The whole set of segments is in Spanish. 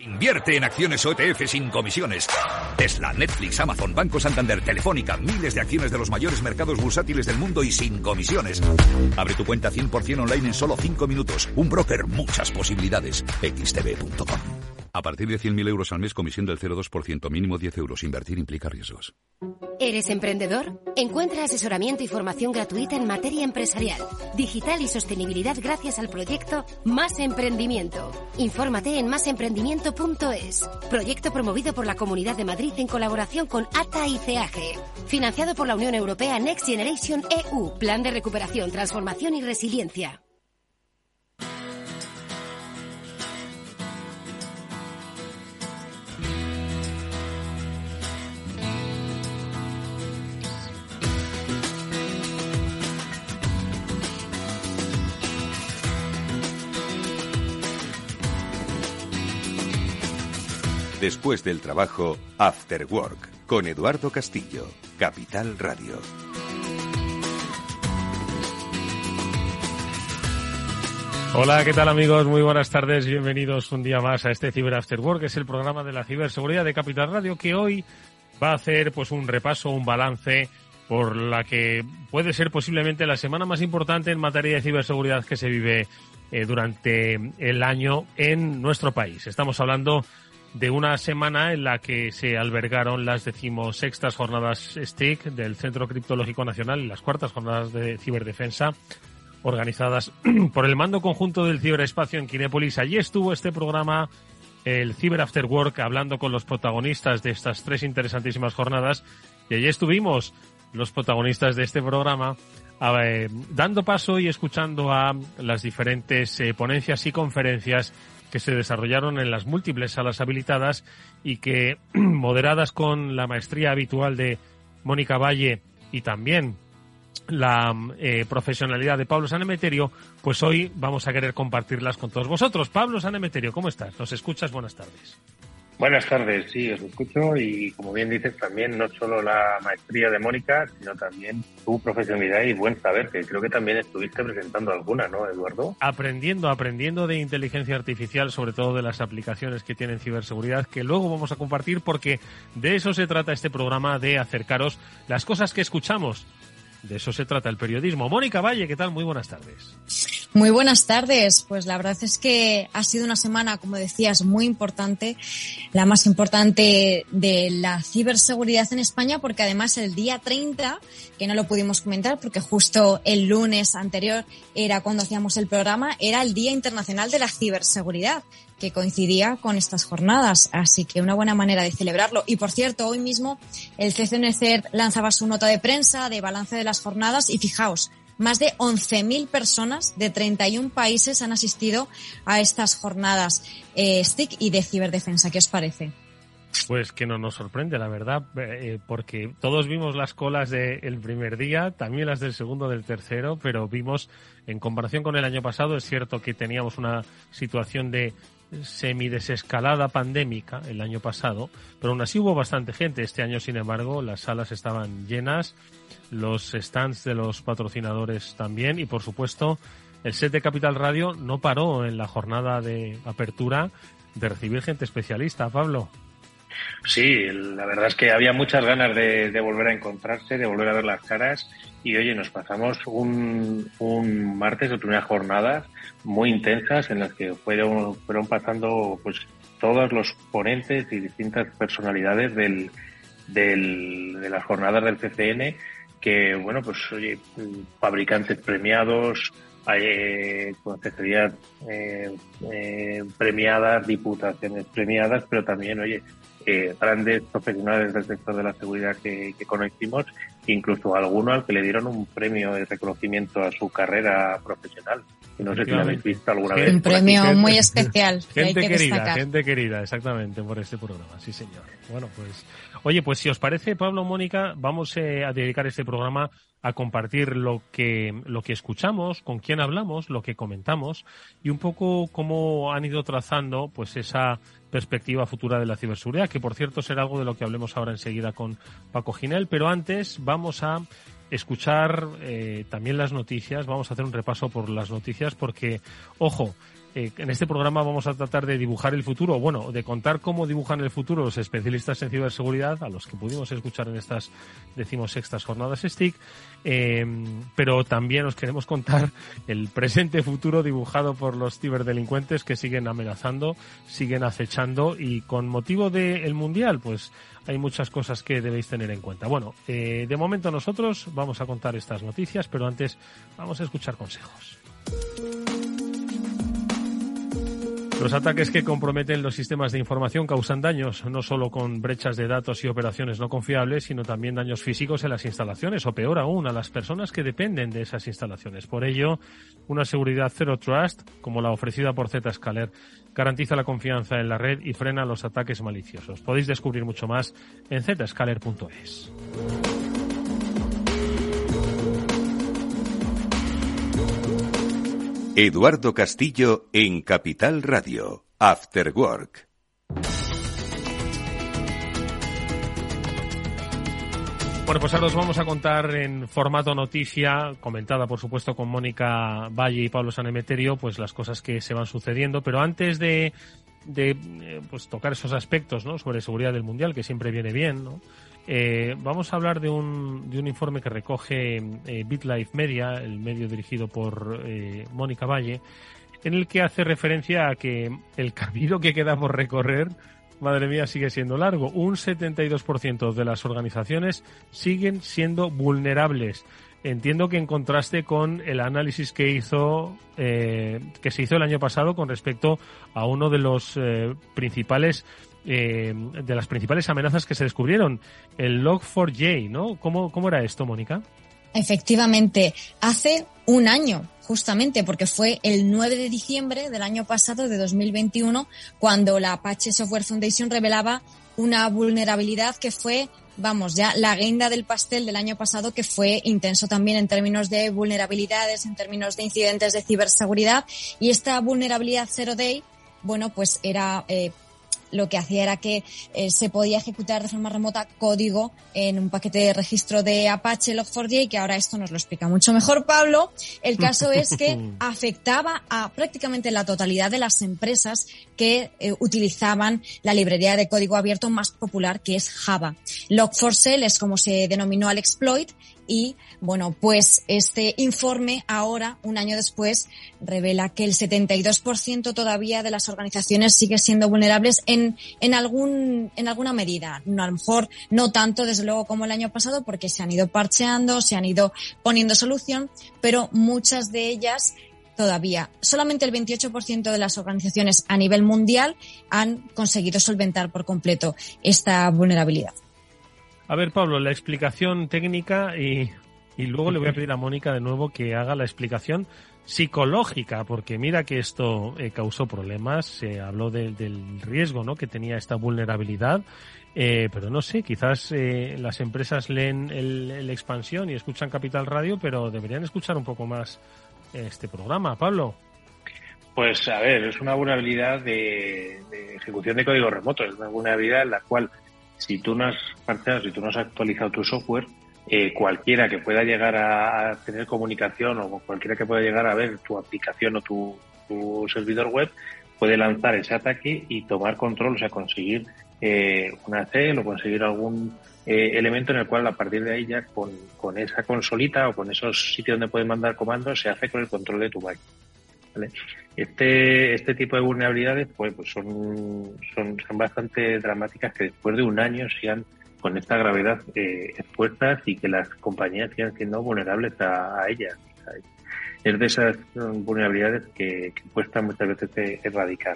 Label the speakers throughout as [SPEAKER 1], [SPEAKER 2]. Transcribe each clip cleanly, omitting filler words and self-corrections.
[SPEAKER 1] Invierte en acciones o ETF sin comisiones. Tesla, Netflix, Amazon, Banco Santander, Telefónica, miles de acciones de los mayores mercados bursátiles del mundo y sin comisiones. Abre tu cuenta 100% online en solo 5 minutos. Un broker, muchas posibilidades. xtb.com. A partir de 100.000 euros al mes, comisión del 0,2%, mínimo 10 euros. Invertir implica riesgos.
[SPEAKER 2] ¿Eres emprendedor? Encuentra asesoramiento y formación gratuita en materia empresarial, digital y sostenibilidad gracias al proyecto Más Emprendimiento. Infórmate en másemprendimiento.es. Proyecto promovido por la Comunidad de Madrid en colaboración con ATA y CEAGE. Financiado por la Unión Europea Next Generation EU. Plan de recuperación, transformación y resiliencia.
[SPEAKER 3] Después del trabajo, After Work, con Eduardo Castillo, Capital Radio.
[SPEAKER 4] Hola, ¿qué tal amigos? Muy buenas tardes, bienvenidos un día más a este Cyber After Work, que es el programa de la ciberseguridad de Capital Radio, que hoy va a hacer pues un repaso, un balance por la que puede ser posiblemente la semana más importante en materia de ciberseguridad que se vive durante el año en nuestro país. Estamos hablando de una semana en la que se albergaron las 16ª jornadas STIC del Centro Criptológico Nacional y las 4ª jornadas de ciberdefensa organizadas por el Mando Conjunto del Ciberespacio en Kinépolis. Allí estuvo este programa, el Cyber After Work, hablando con los protagonistas de estas 3 interesantísimas jornadas, y allí estuvimos los protagonistas de este programa dando paso y escuchando a las diferentes ponencias y conferencias que se desarrollaron en las múltiples salas habilitadas y que, moderadas con la maestría habitual de Mónica Valle y también la profesionalidad de Pablo Sanemeterio, pues hoy vamos a querer compartirlas con todos vosotros. Pablo Sanemeterio, ¿cómo estás? ¿Nos escuchas? Buenas tardes.
[SPEAKER 5] Buenas tardes, sí, os escucho y, como bien dices, también no solo la maestría de Mónica, sino también tu profesionalidad y buen saber, que creo que también estuviste presentando alguna, ¿no, Eduardo?
[SPEAKER 4] Aprendiendo de inteligencia artificial, sobre todo de las aplicaciones que tienen ciberseguridad, que luego vamos a compartir, porque de eso se trata este programa, de acercaros las cosas que escuchamos. De eso se trata el periodismo. Mónica Valle, ¿qué tal? Muy buenas tardes.
[SPEAKER 6] Muy buenas tardes. Pues la verdad es que ha sido una semana, como decías, muy importante, la más importante de la ciberseguridad en España, porque además el día 30, que no lo pudimos comentar porque justo el lunes anterior era cuando hacíamos el programa, era el Día Internacional de la Ciberseguridad, que coincidía con estas jornadas, así que una buena manera de celebrarlo. Y por cierto, hoy mismo el CCNCERT lanzaba su nota de prensa de balance de las jornadas y fijaos, más de 11.000 personas de 31 países han asistido a estas jornadas STIC y de ciberdefensa. ¿Qué os parece?
[SPEAKER 4] Pues que no nos sorprende, la verdad, porque todos vimos las colas del primer día, también las del segundo, del tercero, pero vimos, en comparación con el año pasado, es cierto que teníamos una situación de semidesescalada pandémica el año pasado, pero aún así hubo bastante gente. Este año, sin embargo, las salas estaban llenas, los stands de los patrocinadores también, y por supuesto el set de Capital Radio no paró en la jornada de apertura de recibir gente especialista. Pablo.
[SPEAKER 5] Sí, la verdad es que había muchas ganas de volver a encontrarse, de volver a ver las caras, y oye, nos pasamos un martes de primeras jornadas muy intensas en las que fueron pasando pues todos los ponentes y distintas personalidades de las jornadas del CCN, que bueno, pues oye, fabricantes premiados, consejerías premiadas, diputaciones premiadas, pero también, oye, grandes profesionales del sector de la seguridad que conocimos, incluso alguno al que le dieron un premio de reconocimiento a su carrera profesional. Y no sé si lo habéis visto alguna vez.
[SPEAKER 6] Un premio muy especial.
[SPEAKER 4] Gente querida, exactamente, por este programa, sí señor. Bueno, pues, oye, pues si os parece, Pablo, Mónica, vamos a dedicar este programa a compartir lo que escuchamos, con quién hablamos, lo que comentamos y un poco cómo han ido trazando pues esa perspectiva futura de la ciberseguridad, que por cierto será algo de lo que hablemos ahora enseguida con Paco Ginel, pero antes vamos a escuchar también las noticias, vamos a hacer un repaso por las noticias porque, ojo, En este programa vamos a tratar de dibujar el futuro, bueno, de contar cómo dibujan el futuro los especialistas en ciberseguridad, a los que pudimos escuchar en estas 16ª jornadas STIC, pero también os queremos contar el presente futuro dibujado por los ciberdelincuentes que siguen amenazando, siguen acechando, y con motivo del Mundial, pues hay muchas cosas que debéis tener en cuenta. Bueno, de momento nosotros vamos a contar estas noticias, pero antes vamos a escuchar consejos. Los ataques que comprometen los sistemas de información causan daños, no solo con brechas de datos y operaciones no confiables, sino también daños físicos en las instalaciones, o peor aún, a las personas que dependen de esas instalaciones. Por ello, una seguridad Zero Trust, como la ofrecida por Zscaler, garantiza la confianza en la red y frena los ataques maliciosos. Podéis descubrir mucho más en zscaler.es.
[SPEAKER 3] Eduardo Castillo en Capital Radio, After Work.
[SPEAKER 4] Bueno, pues ahora os vamos a contar en formato noticia, comentada por supuesto con Mónica Valle y Pablo Sanemeterio, pues las cosas que se van sucediendo, pero antes de pues tocar esos aspectos, ¿no?, sobre seguridad del Mundial, que siempre viene bien, ¿no? Vamos a hablar de un informe que recoge BitLife Media, el medio dirigido por Mónica Valle, en el que hace referencia a que el camino que queda por recorrer, madre mía, sigue siendo largo. Un 72% de las organizaciones siguen siendo vulnerables. Entiendo que en contraste con el análisis que se hizo el año pasado con respecto a uno de los principales de las principales amenazas que se descubrieron, el Log4j, ¿no? ¿Cómo era esto, Mónica?
[SPEAKER 6] Efectivamente, hace un año, justamente, porque fue el 9 de diciembre del año pasado, de 2021, cuando la Apache Software Foundation revelaba una vulnerabilidad que fue, ya la guinda del pastel del año pasado, que fue intenso también en términos de vulnerabilidades, en términos de incidentes de ciberseguridad. Y esta vulnerabilidad Zero Day, pues era lo que hacía era que se podía ejecutar de forma remota código en un paquete de registro de Apache Log4j, que ahora esto nos lo explica mucho mejor Pablo. El caso es que afectaba a prácticamente la totalidad de las empresas que utilizaban la librería de código abierto más popular, que es Java. Log4Shell es como se denominó al exploit. Y pues este informe ahora, un año después, revela que el 72% todavía de las organizaciones sigue siendo vulnerables en alguna medida. No, a lo mejor no tanto, desde luego, como el año pasado, porque se han ido parcheando, se han ido poniendo solución, pero muchas de ellas todavía. Solamente el 28% de las organizaciones a nivel mundial han conseguido solventar por completo esta vulnerabilidad.
[SPEAKER 4] A ver, Pablo, la explicación técnica y luego le voy a pedir a Mónica de nuevo que haga la explicación psicológica, porque mira que esto causó problemas, se habló del riesgo, ¿no?, que tenía esta vulnerabilidad, pero no sé, quizás las empresas leen el Expansión y escuchan Capital Radio, pero deberían escuchar un poco más este programa. Pablo.
[SPEAKER 5] Pues a ver, es una vulnerabilidad de ejecución de código remoto, es una vulnerabilidad en la cual si tú no has parcheado, si tú no has actualizado tu software, cualquiera que pueda llegar a tener comunicación o cualquiera que pueda llegar a ver tu aplicación o tu servidor web puede lanzar ese ataque y tomar control, o sea, conseguir una cel o conseguir algún elemento en el cual a partir de ahí ya con esa consolita o con esos sitios donde puedes mandar comandos se hace con el control de tu máquina, ¿vale? Este tipo de vulnerabilidades pues son bastante dramáticas, que después de un año sigan con esta gravedad expuestas y que las compañías sigan siendo vulnerables a ellas. O sea, es de esas vulnerabilidades que cuesta muchas veces erradicar.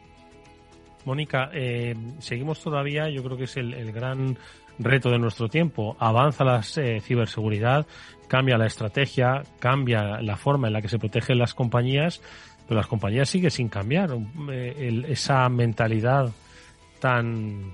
[SPEAKER 4] Mónica, seguimos todavía, yo creo que es el gran reto de nuestro tiempo. Avanza la ciberseguridad, cambia la estrategia, cambia la forma en la que se protegen las compañías, pero las compañías siguen sin cambiar. Esa mentalidad tan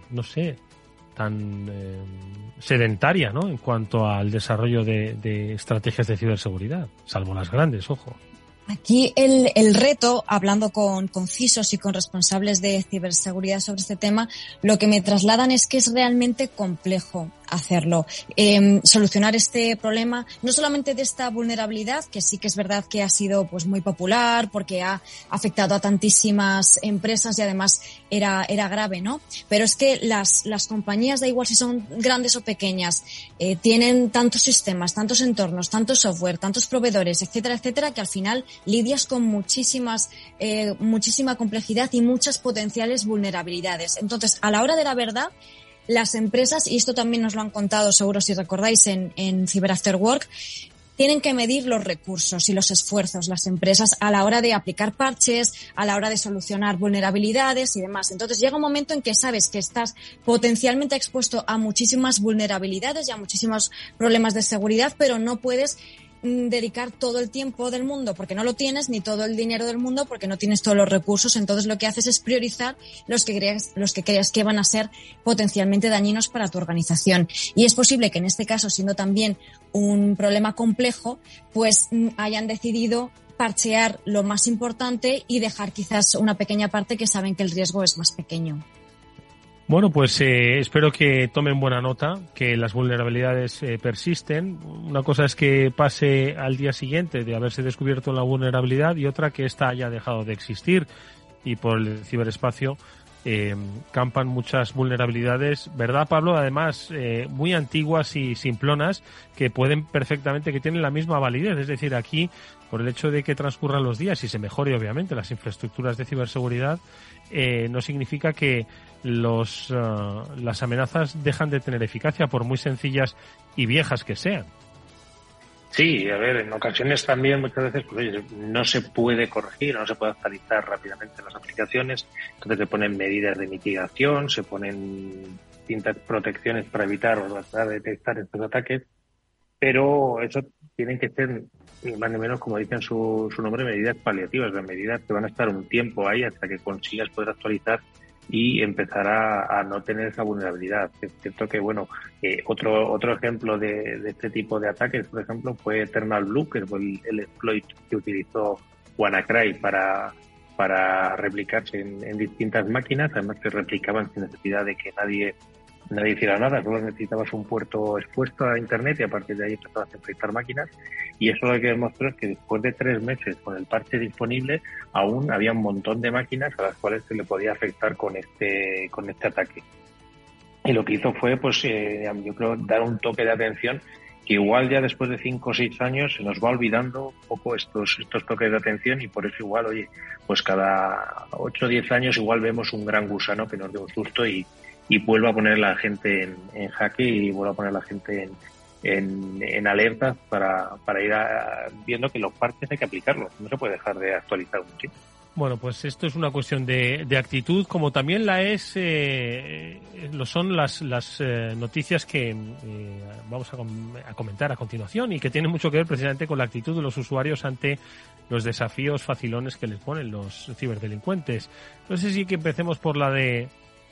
[SPEAKER 4] sedentaria, ¿no?, en cuanto al desarrollo de estrategias de ciberseguridad, salvo las grandes, ojo.
[SPEAKER 6] Aquí el reto, hablando con CISOs y con responsables de ciberseguridad sobre este tema, lo que me trasladan es que es realmente complejo. hacerlo. Solucionar este problema, no solamente de esta vulnerabilidad, que sí que es verdad que ha sido pues muy popular porque ha afectado a tantísimas empresas y además era grave, ¿no? Pero es que las compañías, da igual si son grandes o pequeñas, tienen tantos sistemas, tantos entornos, tanto software, tantos proveedores, etcétera, etcétera, que al final lidias con muchísima complejidad y muchas potenciales vulnerabilidades. Entonces, a la hora de la verdad, las empresas, y esto también nos lo han contado seguro si recordáis en Cyber After Work, tienen que medir los recursos y los esfuerzos las empresas a la hora de aplicar parches, a la hora de solucionar vulnerabilidades y demás. Entonces llega un momento en que sabes que estás potencialmente expuesto a muchísimas vulnerabilidades y a muchísimos problemas de seguridad, pero no puedes dedicar todo el tiempo del mundo porque no lo tienes, ni todo el dinero del mundo porque no tienes todos los recursos. Entonces lo que haces es priorizar los que creas que van a ser potencialmente dañinos para tu organización. Y es posible que en este caso, siendo también un problema complejo, pues hayan decidido parchear lo más importante y dejar quizás una pequeña parte que saben que el riesgo es más pequeño.
[SPEAKER 4] Bueno, pues espero que tomen buena nota, que las vulnerabilidades persisten. Una cosa es que pase al día siguiente de haberse descubierto la vulnerabilidad y otra que ésta haya dejado de existir. Y por el ciberespacio campan muchas vulnerabilidades, ¿verdad, Pablo? Además, muy antiguas y simplonas que pueden perfectamente, que tienen la misma validez. Es decir, aquí, por el hecho de que transcurran los días y se mejore, obviamente, las infraestructuras de ciberseguridad, no significa que las amenazas dejan de tener eficacia, por muy sencillas y viejas que sean.
[SPEAKER 5] Sí, a ver, en ocasiones también muchas veces pues, oye, no se puede corregir, no se puede actualizar rápidamente las aplicaciones, entonces se ponen medidas de mitigación, se ponen distintas protecciones para evitar o para detectar estos ataques, pero eso tienen que ser, ni más ni menos, como dicen su nombre, medidas paliativas, las medidas que van a estar un tiempo ahí hasta que consigas poder actualizar y empezar a no tener esa vulnerabilidad. Es cierto que, bueno, otro ejemplo de este tipo de ataques, por ejemplo, fue Eternal Blue, que fue el exploit que utilizó WannaCry para replicarse en distintas máquinas, además se replicaban sin necesidad de que nadie hiciera nada, solo necesitabas un puerto expuesto a Internet y a partir de ahí empezabas a infectar máquinas. Y eso lo que demostró es que después de 3 meses con el parche disponible, aún había un montón de máquinas a las cuales se le podía afectar con este ataque. Y lo que hizo fue, pues, yo creo, dar un toque de atención que igual ya después de 5 o 6 años se nos va olvidando un poco estos toques de atención y por eso igual, oye, pues cada 8 o 10 años igual vemos un gran gusano que nos dé un susto y vuelva a poner a la gente en jaque y vuelva a poner a la gente en alertas para ir viendo que los parches hay que aplicarlos. No se puede dejar de actualizar un chip.
[SPEAKER 4] Bueno, pues esto es una cuestión de actitud, como también lo son las noticias que vamos a comentar a continuación y que tienen mucho que ver precisamente con la actitud de los usuarios ante los desafíos facilones que les ponen los ciberdelincuentes. No sé si que empecemos por la de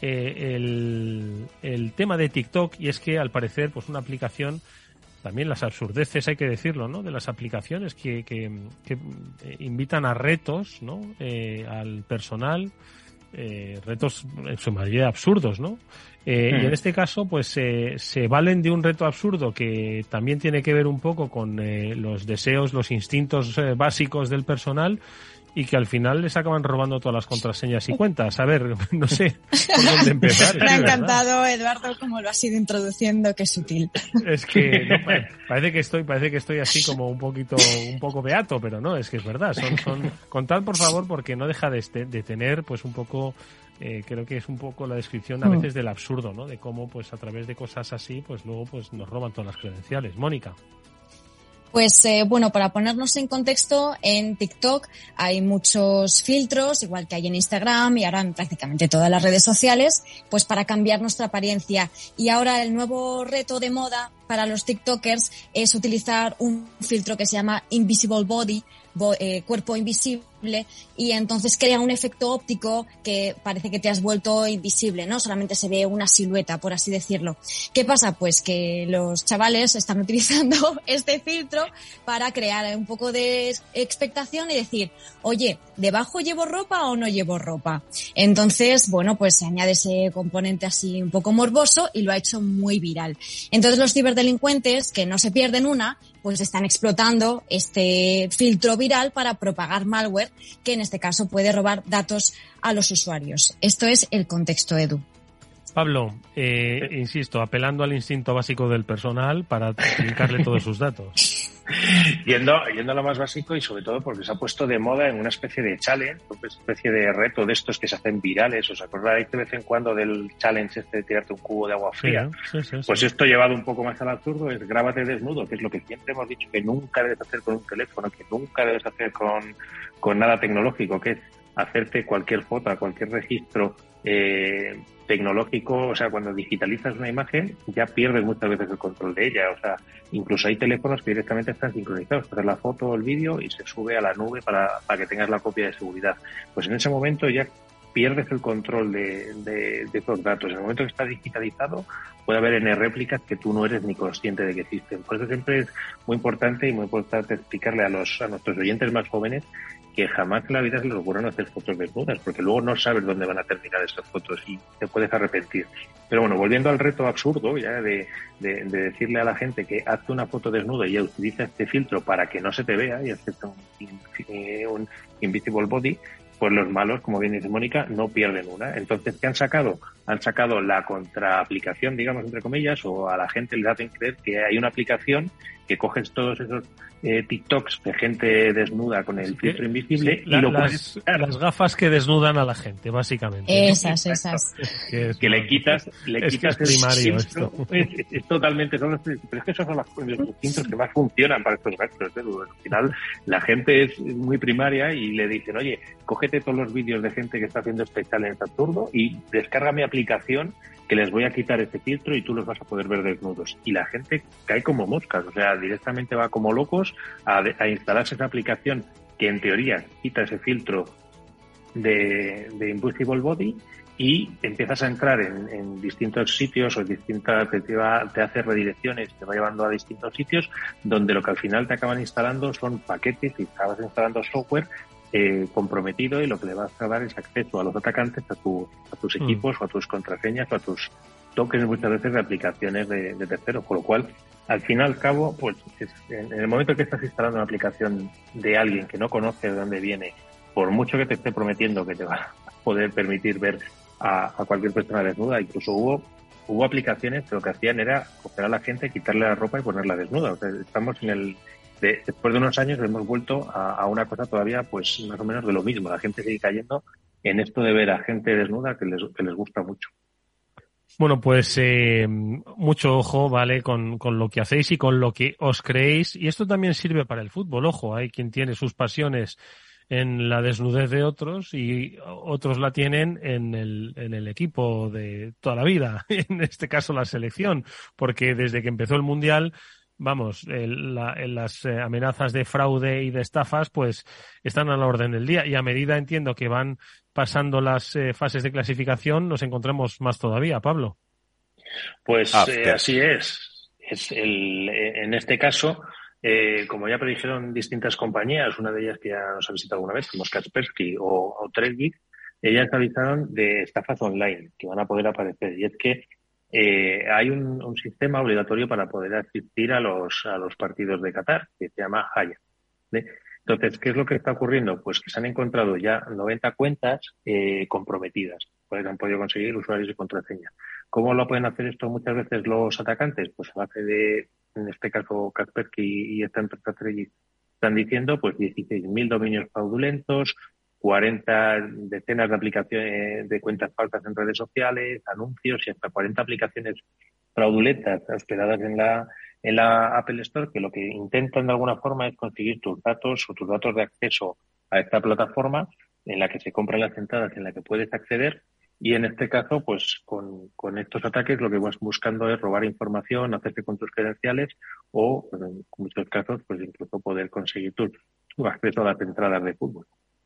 [SPEAKER 4] el tema de TikTok, y es que al parecer pues una aplicación, también las absurdeces, hay que decirlo, ¿no?, de las aplicaciones que invitan a retos, ¿no?, al personal, retos en su mayoría absurdos, ¿no? Y en este caso pues se valen de un reto absurdo que también tiene que ver un poco con los deseos, los instintos básicos del personal, y que al final les acaban robando todas las contraseñas y cuentas. A ver, no sé por dónde empezar.
[SPEAKER 6] Me ha encantado, Eduardo, cómo lo has ido introduciendo, qué sutil.
[SPEAKER 4] Es que no, parece que estoy así como un poco beato, pero no, es que es verdad. Contad, por favor, porque no deja de tener pues un poco, creo que es un poco la descripción a veces del absurdo, ¿no? De cómo pues a través de cosas así pues luego pues nos roban todas las credenciales. Mónica.
[SPEAKER 6] Pues bueno, para ponernos en contexto, en TikTok hay muchos filtros, igual que hay en Instagram y ahora en prácticamente todas las redes sociales, pues para cambiar nuestra apariencia. Y ahora el nuevo reto de moda para los TikTokers es utilizar un filtro que se llama Invisible Body, cuerpo invisible, y entonces crea un efecto óptico que parece que te has vuelto invisible, ¿no? Solamente se ve una silueta, por así decirlo. ¿Qué pasa? Pues que los chavales están utilizando este filtro para crear un poco de expectación y decir, oye, ¿debajo llevo ropa o no llevo ropa? Entonces, bueno, pues se añade ese componente así un poco morboso y lo ha hecho muy viral. Entonces los ciberdelincuentes, que no se pierden una, pues están explotando este filtro viral para propagar malware que en este caso puede robar datos a los usuarios. Esto es el contexto, Edu.
[SPEAKER 4] Pablo, insisto, apelando al instinto básico del personal para trincarle todos sus datos.
[SPEAKER 5] Yendo a lo más básico y sobre todo porque se ha puesto de moda en una especie de challenge, una especie de reto de estos que se hacen virales. ¿Os acordáis de vez en cuando del challenge este de tirarte un cubo de agua fría?
[SPEAKER 4] Sí.
[SPEAKER 5] Pues esto llevado un poco más al absurdo es grábate desnudo, que es lo que siempre hemos dicho que nunca debes hacer con un teléfono, que nunca debes hacer con nada tecnológico, que es hacerte cualquier foto, cualquier registro tecnológico. O sea, cuando digitalizas una imagen ya pierdes muchas veces el control de ella. O sea, incluso hay teléfonos que directamente están sincronizados, hacer la foto o el vídeo y se sube a la nube para que tengas la copia de seguridad. Pues en ese momento ya pierdes el control de esos datos. En el momento que está digitalizado puede haber N réplicas que tú no eres ni consciente de que existen. Por eso siempre es muy importante explicarle a nuestros oyentes más jóvenes que jamás en la vida se les ocurran hacer fotos desnudas, porque luego no sabes dónde van a terminar esas fotos y te puedes arrepentir. Pero bueno, volviendo al reto absurdo ya de decirle a la gente que hazte una foto desnuda y ya utiliza este filtro para que no se te vea y haces un invisible body, pues los malos, como bien dice Mónica, no pierden una. Entonces, ¿qué han sacado? Han sacado la contraaplicación, digamos, entre comillas, o a la gente les hacen creer que hay una aplicación que coges todos esos TikToks de gente desnuda con el filtro invisible y lo puedes quitar.
[SPEAKER 4] Las gafas que desnudan a la gente, básicamente.
[SPEAKER 6] Esas.
[SPEAKER 5] Que le quitas
[SPEAKER 4] es primario esto.
[SPEAKER 5] Es totalmente, pero es que esos son los filtros que más funcionan para estos gastos. Al final, la gente es muy primaria y le dicen, oye, cógete todos los vídeos de gente que está haciendo este challenge absurdo y descarga mi aplicación que les voy a quitar este filtro y tú los vas a poder ver desnudos. Y la gente cae como moscas, o sea, directamente va como locos a instalarse esa aplicación que en teoría quita ese filtro de Invisible Body y empiezas a entrar en distintos sitios o te hace redirecciones, te va llevando a distintos sitios donde lo que al final te acaban instalando son paquetes y acabas instalando software comprometido y lo que le vas a dar es acceso a los atacantes a tus equipos o a tus contraseñas o a tus tokens muchas veces de aplicaciones de terceros, con lo cual al fin y al cabo pues en el momento que estás instalando una aplicación de alguien que no conoce de dónde viene, por mucho que te esté prometiendo que te va a poder permitir ver a cualquier persona desnuda, incluso hubo aplicaciones que lo que hacían era coger a la gente, quitarle la ropa y ponerla desnuda. O sea, estamos después de unos años hemos vuelto a una cosa todavía pues más o menos de lo mismo. La gente sigue cayendo en esto de ver a gente desnuda que les gusta mucho.
[SPEAKER 4] Bueno, pues mucho ojo, ¿vale? Con lo que hacéis y con lo que os creéis. Y esto también sirve para el fútbol. Ojo, hay quien tiene sus pasiones en la desnudez de otros y otros la tienen en el equipo de toda la vida. En este caso la selección, porque desde que empezó el Mundial, vamos, las amenazas de fraude y de estafas pues están a la orden del día y a medida entiendo que van pasando las fases de clasificación nos encontramos más todavía, Pablo.
[SPEAKER 5] Pues así es. En este caso, como ya predijeron distintas compañías, una de ellas que ya nos ha visitado alguna vez, como Kaspersky o Trade, ellas avisaron de estafas online que van a poder aparecer y es que hay un sistema obligatorio para poder asistir a los partidos de Qatar, que se llama Haya. Entonces, ¿qué es lo que está ocurriendo? Pues que se han encontrado ya 90 cuentas comprometidas, pues han podido conseguir usuarios y contraseñas. ¿Cómo lo pueden hacer esto muchas veces los atacantes? Pues a base de, en este caso, Kaspersky y esta empresa Trade están diciendo, pues 16.000 dominios fraudulentos, 40 decenas de aplicaciones de cuentas falsas en redes sociales, anuncios y hasta 40 aplicaciones fraudulentas hospedadas en la Apple Store, que lo que intentan de alguna forma es conseguir tus datos o tus datos de acceso a esta plataforma en la que se compran las entradas, en la que puedes acceder. Y en este caso, pues con estos ataques lo que vas buscando es robar información, hacerte con tus credenciales o, en muchos casos, pues incluso poder conseguir tu acceso a las entradas de fútbol.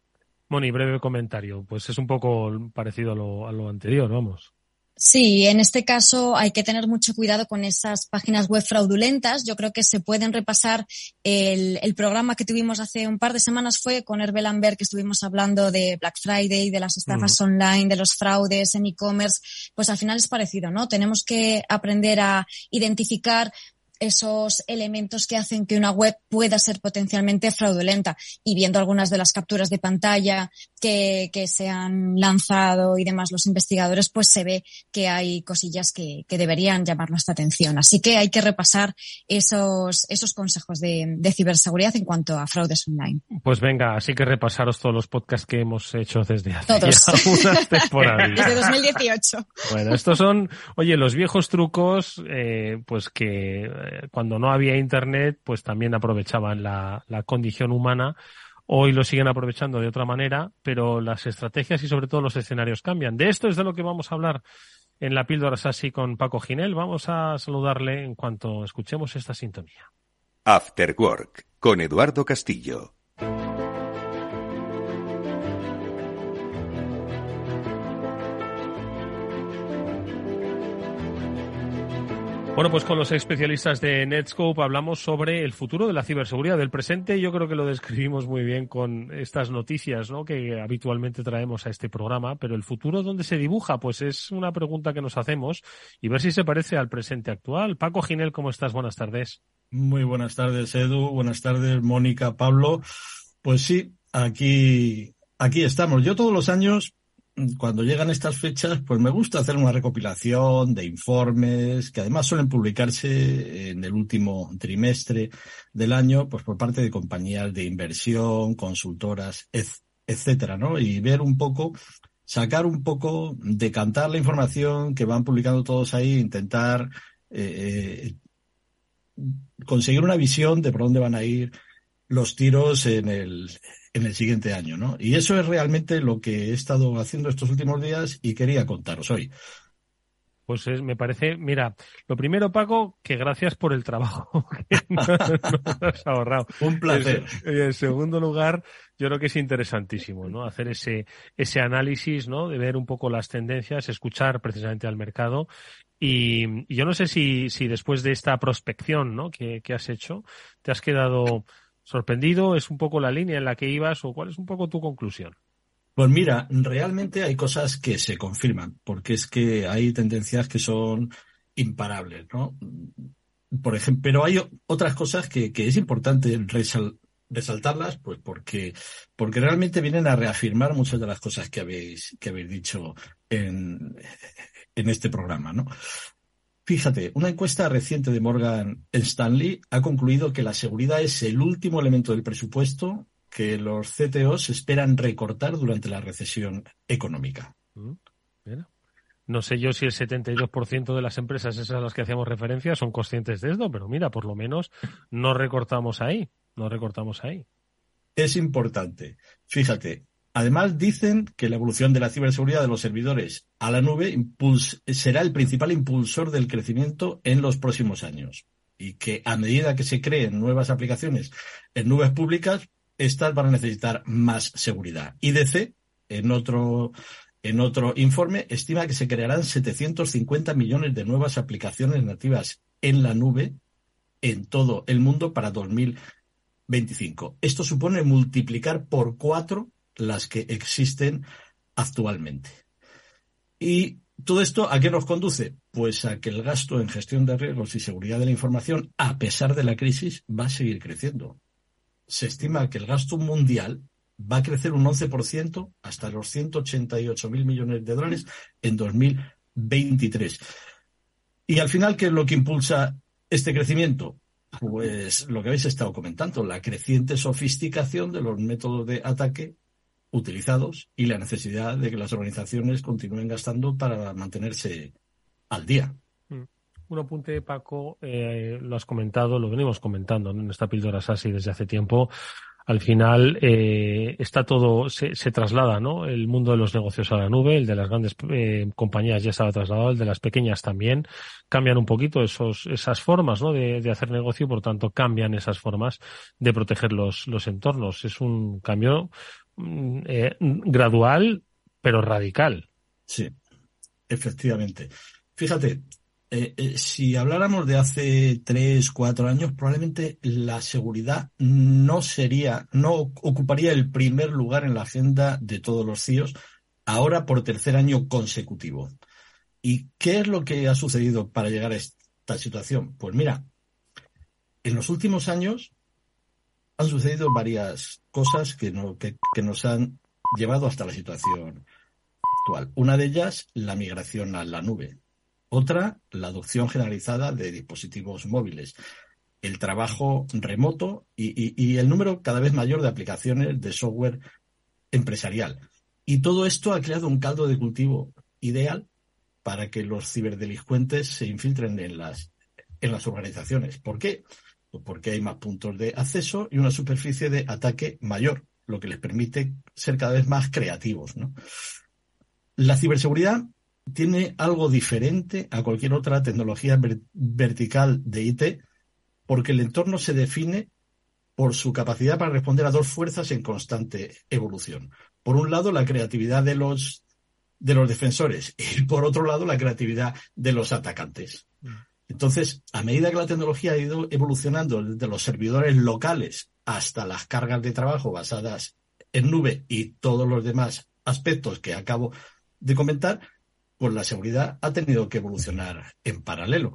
[SPEAKER 4] Moni, breve comentario. Pues es un poco parecido a lo anterior, vamos.
[SPEAKER 6] Sí, en este caso hay que tener mucho cuidado con esas páginas web fraudulentas. Yo creo que se pueden repasar el programa que tuvimos hace un par de semanas, fue con Hervé Lambert, que estuvimos hablando de Black Friday, de las estafas online, de los fraudes en e-commerce. Pues al final es parecido, ¿no? Tenemos que aprender a identificar esos elementos que hacen que una web pueda ser potencialmente fraudulenta, y viendo algunas de las capturas de pantalla que se han lanzado y demás los investigadores, pues se ve que hay cosillas que deberían llamar nuestra atención. Así que hay que repasar esos consejos de ciberseguridad en cuanto a fraudes online.
[SPEAKER 4] Pues venga, así que repasaros todos los podcasts que hemos hecho desde hace
[SPEAKER 6] todos.
[SPEAKER 4] Ya unas temporadas.
[SPEAKER 6] Desde 2018.
[SPEAKER 4] Bueno, estos son, oye, los viejos trucos, pues que cuando no había internet, pues también aprovechaban la condición humana. Hoy lo siguen aprovechando de otra manera, pero las estrategias y sobre todo los escenarios cambian. De esto es de lo que vamos a hablar en la Píldora SASI con Paco Ginel. Vamos a saludarle en cuanto escuchemos esta sintonía.
[SPEAKER 3] After Work, con Eduardo Castillo.
[SPEAKER 4] Bueno, pues con los especialistas de Netscope hablamos sobre el futuro de la ciberseguridad del presente. Yo creo que lo describimos muy bien con estas noticias, ¿no?, que habitualmente traemos a este programa. Pero el futuro, ¿dónde se dibuja? Pues es una pregunta que nos hacemos y ver si se parece al presente actual. Paco Ginel, ¿cómo estás? Buenas tardes.
[SPEAKER 7] Muy buenas tardes, Edu. Buenas tardes, Mónica, Pablo. Pues sí, aquí estamos. Yo todos los años, cuando llegan estas fechas, pues me gusta hacer una recopilación de informes que además suelen publicarse en el último trimestre del año, pues por parte de compañías de inversión, consultoras, etcétera, ¿no? Y ver un poco, sacar un poco, decantar la información que van publicando todos ahí, intentar conseguir una visión de por dónde van a ir los tiros en el siguiente año, ¿no? Y eso es realmente lo que he estado haciendo estos últimos días y quería contaros hoy.
[SPEAKER 4] Pues me parece, mira, lo primero, Paco, que gracias por el trabajo que nos has ahorrado.
[SPEAKER 7] Un placer.
[SPEAKER 4] Y en segundo lugar, yo creo que es interesantísimo, ¿no?, hacer ese análisis, ¿no?, de ver un poco las tendencias, escuchar precisamente al mercado. Y yo no sé si después de esta prospección, ¿no?, que has hecho, te has quedado sorprendido. ¿Es un poco la línea en la que ibas o cuál es un poco tu conclusión?
[SPEAKER 7] Pues mira, realmente hay cosas que se confirman, porque es que hay tendencias que son imparables, ¿no? Por ejemplo, pero hay otras cosas que es importante resaltarlas, pues porque realmente vienen a reafirmar muchas de las cosas que habéis dicho en este programa, ¿no? Fíjate, una encuesta reciente de Morgan Stanley ha concluido que la seguridad es el último elemento del presupuesto que los CTOs esperan recortar durante la recesión económica.
[SPEAKER 4] Mira. No sé yo si el 72% de las empresas esas a las que hacíamos referencia son conscientes de esto, pero mira, por lo menos no recortamos ahí.
[SPEAKER 7] Es importante. Fíjate. Además, dicen que la evolución de la ciberseguridad de los servidores a la nube será el principal impulsor del crecimiento en los próximos años. Y que a medida que se creen nuevas aplicaciones en nubes públicas, estas van a necesitar más seguridad. IDC, en otro informe, estima que se crearán 750 millones de nuevas aplicaciones nativas en la nube en todo el mundo para 2025. Esto supone multiplicar por 4 las que existen actualmente. ¿Y todo esto a qué nos conduce? Pues a que el gasto en gestión de riesgos y seguridad de la información, a pesar de la crisis, va a seguir creciendo. Se estima que el gasto mundial va a crecer un 11% hasta los 188.000 millones de dólares en 2023. Y al final, ¿qué es lo que impulsa este crecimiento? Pues lo que habéis estado comentando, la creciente sofisticación de los métodos de ataque utilizados y la necesidad de que las organizaciones continúen gastando para mantenerse al día.
[SPEAKER 4] Un apunte, Paco, lo has comentado, lo venimos comentando, ¿no?, en esta píldora SASI desde hace tiempo. Al final está todo, se traslada, ¿no?, el mundo de los negocios a la nube, el de las grandes compañías ya estaba trasladado, el de las pequeñas también. Cambian un poquito esas formas, ¿no?, de hacer negocio y por tanto cambian esas formas de proteger los entornos. Es un cambio gradual, pero radical.
[SPEAKER 7] Sí, efectivamente. Fíjate, si habláramos de hace 3, 4 años, probablemente la seguridad no ocuparía el primer lugar en la agenda de todos los CIOs, ahora por tercer año consecutivo. ¿Y qué es lo que ha sucedido para llegar a esta situación? Pues mira, en los últimos años han sucedido varias cosas que nos han llevado hasta la situación actual. Una de ellas, la migración a la nube. Otra, la adopción generalizada de dispositivos móviles. El trabajo remoto y el número cada vez mayor de aplicaciones de software empresarial. Y todo esto ha creado un caldo de cultivo ideal para que los ciberdelincuentes se infiltren en las organizaciones. ¿Por qué? Pues porque hay más puntos de acceso y una superficie de ataque mayor, lo que les permite ser cada vez más creativos, ¿no? La ciberseguridad tiene algo diferente a cualquier otra tecnología vertical de IT, porque el entorno se define por su capacidad para responder a dos fuerzas en constante evolución. Por un lado, la creatividad de los defensores y, por otro lado, la creatividad de los atacantes. Entonces, a medida que la tecnología ha ido evolucionando desde los servidores locales hasta las cargas de trabajo basadas en nube y todos los demás aspectos que acabo de comentar, pues la seguridad ha tenido que evolucionar en paralelo.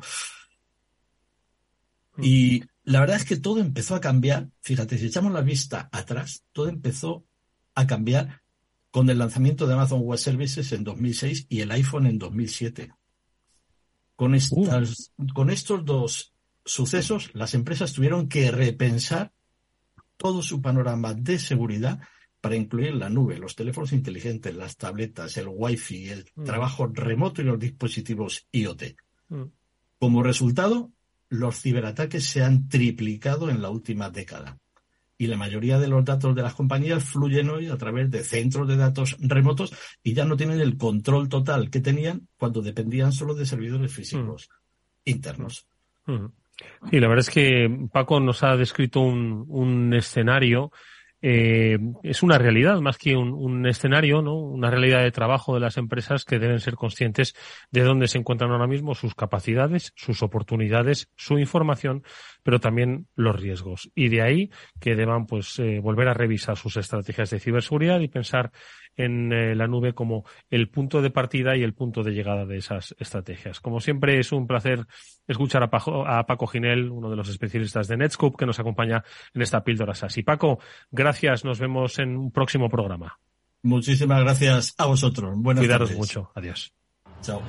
[SPEAKER 7] Y la verdad es que todo empezó a cambiar. Fíjate, si echamos la vista atrás, todo empezó a cambiar con el lanzamiento de Amazon Web Services en 2006 y el iPhone en 2007. Con estos dos sucesos, las empresas tuvieron que repensar todo su panorama de seguridad para incluir la nube, los teléfonos inteligentes, las tabletas, el Wi-Fi, el trabajo remoto y los dispositivos IoT. Como resultado, los ciberataques se han triplicado en la última década. Y la mayoría de los datos de las compañías fluyen hoy a través de centros de datos remotos y ya no tienen el control total que tenían cuando dependían solo de servidores físicos internos.
[SPEAKER 4] Sí, la verdad es que Paco nos ha descrito un escenario. Es una realidad más que un escenario, ¿no? Una realidad de trabajo de las empresas que deben ser conscientes de dónde se encuentran ahora mismo sus capacidades, sus oportunidades, su información, pero también los riesgos. Y de ahí que deban volver a revisar sus estrategias de ciberseguridad y pensar en la nube como el punto de partida y el punto de llegada de esas estrategias. Como siempre, es un placer escuchar a Paco Ginel, uno de los especialistas de Netscope, que nos acompaña en esta píldora SaaS. Y Paco, gracias, nos vemos en un próximo programa.
[SPEAKER 7] Muchísimas gracias a vosotros. Buenas
[SPEAKER 4] Cuidaros
[SPEAKER 7] tardes.
[SPEAKER 4] mucho. Adiós.
[SPEAKER 7] Chao.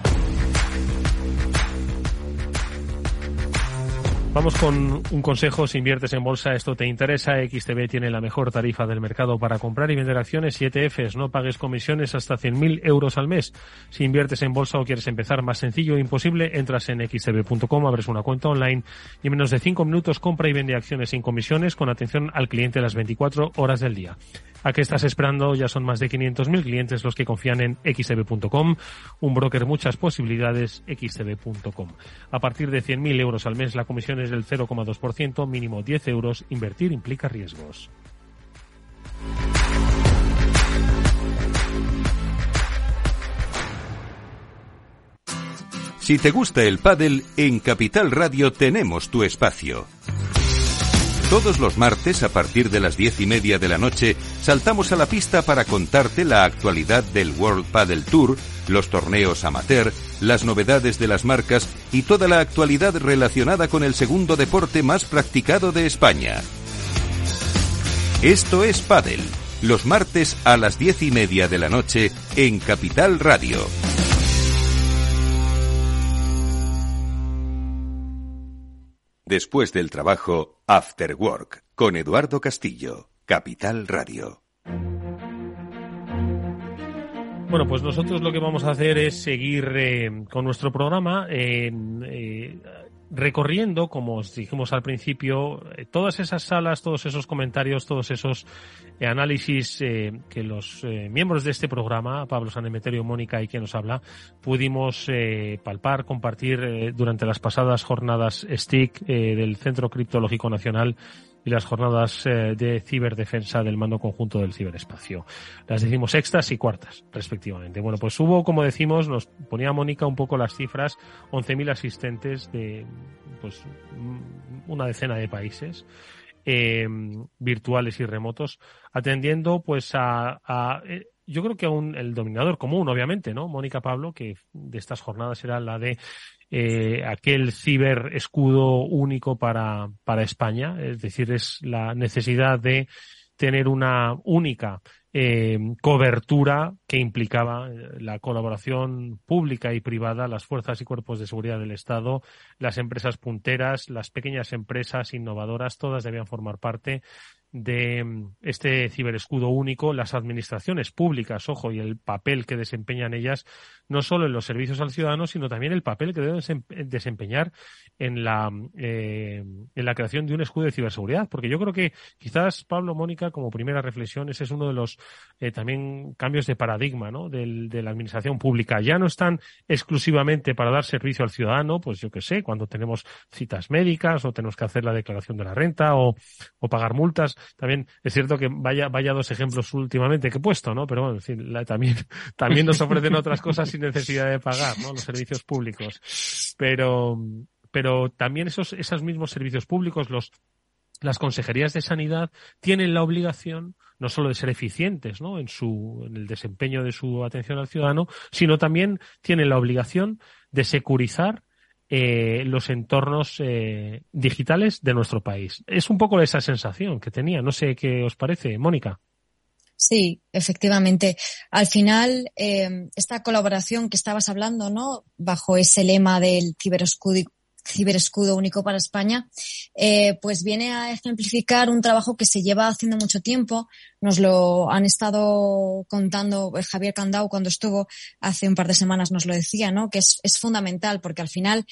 [SPEAKER 4] Vamos con un consejo. Si inviertes en bolsa, esto te interesa. XTB tiene la mejor tarifa del mercado para comprar y vender acciones y ETFs. No pagues comisiones hasta 100.000 euros al mes. Si inviertes en bolsa o quieres empezar más sencillo e imposible, entras en xtb.com, abres una cuenta online y en menos de 5 minutos compra y vende acciones sin comisiones con atención al cliente las 24 horas del día. ¿A qué estás esperando? Ya son más de 500.000 clientes los que confían en xtb.com. Un broker, muchas posibilidades, xtb.com. A partir de 100.000 euros al mes, la comisión es del 0,2%, mínimo 10 euros. Invertir implica riesgos.
[SPEAKER 3] Si te gusta el pádel, en Capital Radio tenemos tu espacio. Todos los martes, a partir de las 10:30 de la noche, saltamos a la pista para contarte la actualidad del World Padel Tour, los torneos amateur, las novedades de las marcas y toda la actualidad relacionada con el segundo deporte más practicado de España. Esto es Pádel, los martes a las 10:30 de la noche en Capital Radio. Después del trabajo, After Work, con Eduardo Castillo, Capital Radio.
[SPEAKER 4] Bueno, pues nosotros lo que vamos a hacer es seguir con nuestro programa recorriendo, como os dijimos al principio, todas esas salas, todos esos comentarios, todos esos análisis que los miembros de este programa, Pablo San Emeterio, Mónica y quien nos habla, pudimos palpar, compartir durante las pasadas jornadas STIC del Centro Criptológico Nacional y las jornadas de ciberdefensa del Mando Conjunto del Ciberespacio. Las 16ª y 4ª, respectivamente. Bueno, pues hubo, como decimos, nos ponía Mónica un poco las cifras, 11.000 asistentes de pues una decena de países virtuales y remotos, atendiendo pues yo creo que el denominador común, obviamente, ¿no? Mónica, Pablo, que de estas jornadas era la de aquel ciberescudo único para España, es decir, es la necesidad de tener una única cobertura que implicaba la colaboración pública y privada, las fuerzas y cuerpos de seguridad del Estado, las empresas punteras, las pequeñas empresas innovadoras, todas debían formar parte de este ciberescudo único, las administraciones públicas, ojo, y el papel que desempeñan ellas, no solo en los servicios al ciudadano, sino también el papel que deben desempeñar en la creación de un escudo de ciberseguridad. Porque yo creo que quizás, Pablo, Mónica, como primera reflexión, ese es uno de los también cambios de paradigma, ¿no? de la administración pública. Ya no están exclusivamente para dar servicio al ciudadano, pues yo qué sé, cuando tenemos citas médicas o tenemos que hacer la declaración de la renta o pagar multas. También es cierto que vaya dos ejemplos últimamente que he puesto, ¿no? Pero bueno, en fin, también nos ofrecen otras cosas sin necesidad de pagar, ¿no? Los servicios públicos. Pero también esos mismos servicios públicos, las consejerías de sanidad tienen la obligación no solo de ser eficientes, ¿no? en el desempeño de su atención al ciudadano, sino también tienen la obligación de securizar los entornos digitales de nuestro país. Es un poco esa sensación que tenía. No sé qué os parece, Mónica.
[SPEAKER 6] Sí, efectivamente. Al final, esta colaboración que estabas hablando, ¿no? Bajo ese lema del ciberescudo único para España, pues viene a ejemplificar un trabajo que se lleva haciendo mucho tiempo. Nos lo han estado contando Javier Candau cuando estuvo hace un par de semanas, nos lo decía, ¿no? Que es fundamental porque al final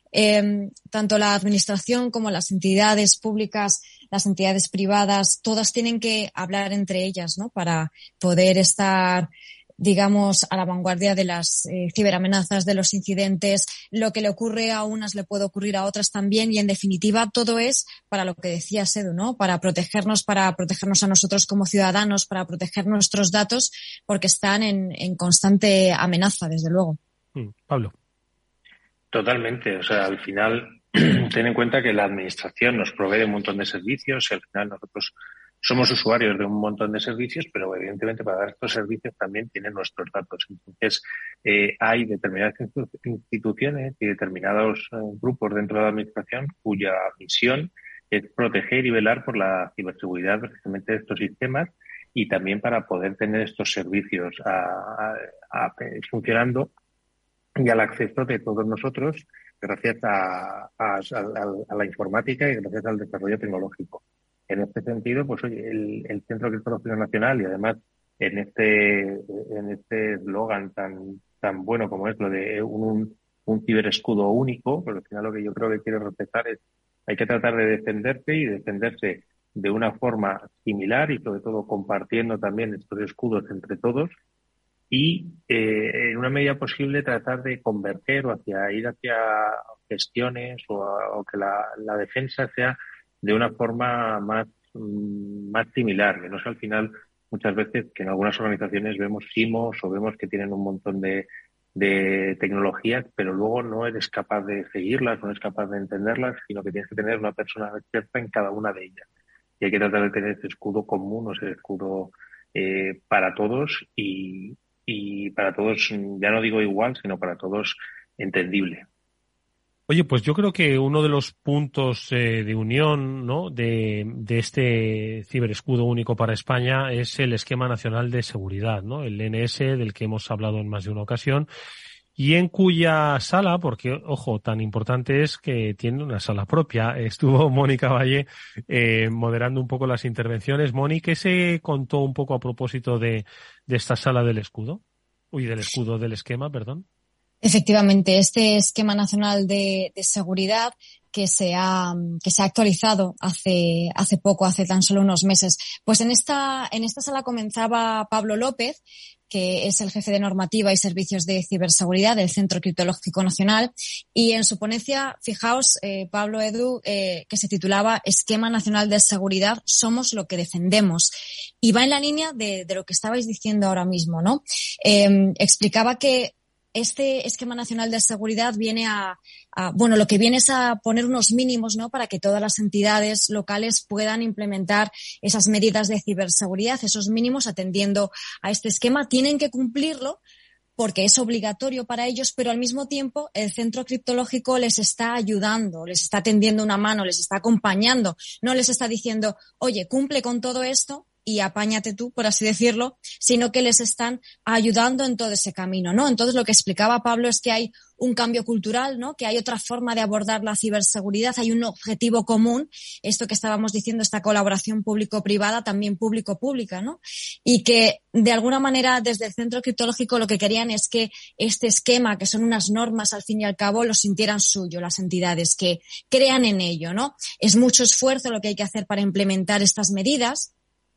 [SPEAKER 6] tanto la administración como las entidades públicas, las entidades privadas, todas tienen que hablar entre ellas, ¿no? Para poder estar, digamos, a la vanguardia de las ciberamenazas, de los incidentes. Lo que le ocurre a unas le puede ocurrir a otras también y, en definitiva, todo es para lo que decía Edu, ¿no? Para protegernos a nosotros como ciudadanos, para proteger nuestros datos, porque están en constante amenaza, desde luego.
[SPEAKER 4] Pablo.
[SPEAKER 5] Totalmente. O sea, al final, ten en cuenta que la administración nos provee un montón de servicios y al final nosotros somos usuarios de un montón de servicios, pero evidentemente para dar estos servicios también tienen nuestros datos. Entonces, hay determinadas instituciones y determinados grupos dentro de la administración cuya misión es proteger y velar por la ciberseguridad precisamente de estos sistemas y también para poder tener estos servicios funcionando y al acceso de todos nosotros gracias a la informática y gracias al desarrollo tecnológico. En este sentido, pues oye, el Centro Criptológico Nacional y además en este eslogan tan bueno como es lo de un ciberescudo único, pues al final lo que yo creo que quiero reflejar es hay que tratar de defenderse y defenderse de una forma similar y sobre todo compartiendo también estos escudos entre todos y en una medida posible tratar de converger o ir hacia gestiones o que la defensa sea de una forma más similar, que no sea al final muchas veces que en algunas organizaciones vemos SIMOS o vemos que tienen un montón de tecnologías, pero luego no eres capaz de seguirlas, no eres capaz de entenderlas, sino que tienes que tener una persona experta en cada una de ellas. Y hay que tratar de tener ese escudo común o ese escudo para todos y para todos, ya no digo igual, sino para todos entendible.
[SPEAKER 4] Oye, pues yo creo que uno de los puntos de unión, ¿no? de este ciberescudo único para España es el Esquema Nacional de Seguridad, ¿no? El NS, del que hemos hablado en más de una ocasión, y en cuya sala, porque, ojo, tan importante es que tiene una sala propia. Estuvo Mónica Valle moderando un poco las intervenciones. Mónica, ¿qué se contó un poco a propósito de esta sala del escudo? Del esquema, perdón.
[SPEAKER 6] Efectivamente, este Esquema Nacional de Seguridad que se ha actualizado hace poco, hace tan solo unos meses. Pues en esta sala comenzaba Pablo López, que es el jefe de normativa y servicios de ciberseguridad del Centro Criptológico Nacional. Y en su ponencia, fijaos, Pablo, Edu, que se titulaba Esquema Nacional de Seguridad, somos lo que defendemos. Y va en la línea de lo que estabais diciendo ahora mismo, ¿no? Explicaba que este esquema nacional de seguridad viene lo que viene es a poner unos mínimos, ¿no? Para que todas las entidades locales puedan implementar esas medidas de ciberseguridad, esos mínimos atendiendo a este esquema. Tienen que cumplirlo porque es obligatorio para ellos, pero al mismo tiempo el Centro Criptológico les está ayudando, les está tendiendo una mano, les está acompañando. No les está diciendo, oye, cumple con todo esto y apáñate tú, por así decirlo, sino que les están ayudando en todo ese camino, ¿no? Entonces, lo que explicaba Pablo es que hay un cambio cultural, ¿no? Que hay otra forma de abordar la ciberseguridad, hay un objetivo común, esto que estábamos diciendo, esta colaboración público-privada, también público-pública, ¿no? Y que, de alguna manera, desde el Centro Criptológico lo que querían es que este esquema, que son unas normas, al fin y al cabo, lo sintieran suyo las entidades, que crean en ello, ¿no? Es mucho esfuerzo lo que hay que hacer para implementar estas medidas.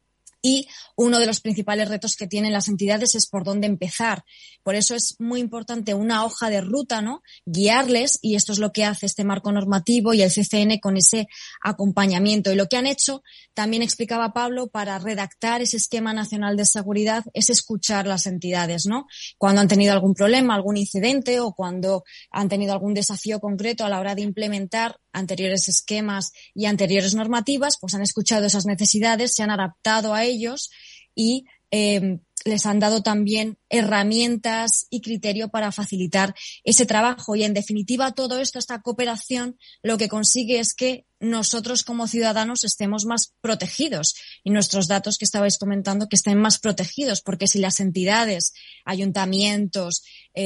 [SPEAKER 6] Y uno de los principales retos que tienen las entidades es por dónde empezar. Por eso es muy importante una hoja de ruta, ¿no? Guiarles, y esto es lo que hace este marco normativo y el CCN con ese acompañamiento. Y lo que han hecho, también explicaba Pablo, para redactar ese esquema nacional de seguridad es escuchar las entidades, ¿no? Cuando han tenido algún problema, algún incidente o cuando han tenido algún desafío concreto a la hora de implementar anteriores esquemas y anteriores normativas, pues han escuchado esas necesidades, se han adaptado a ellos y les han dado también herramientas y criterio para facilitar ese trabajo. Y en definitiva, todo esto, esta cooperación, lo que consigue es que nosotros como ciudadanos estemos más protegidos y nuestros datos que estabais comentando que estén más protegidos, porque si las entidades, ayuntamientos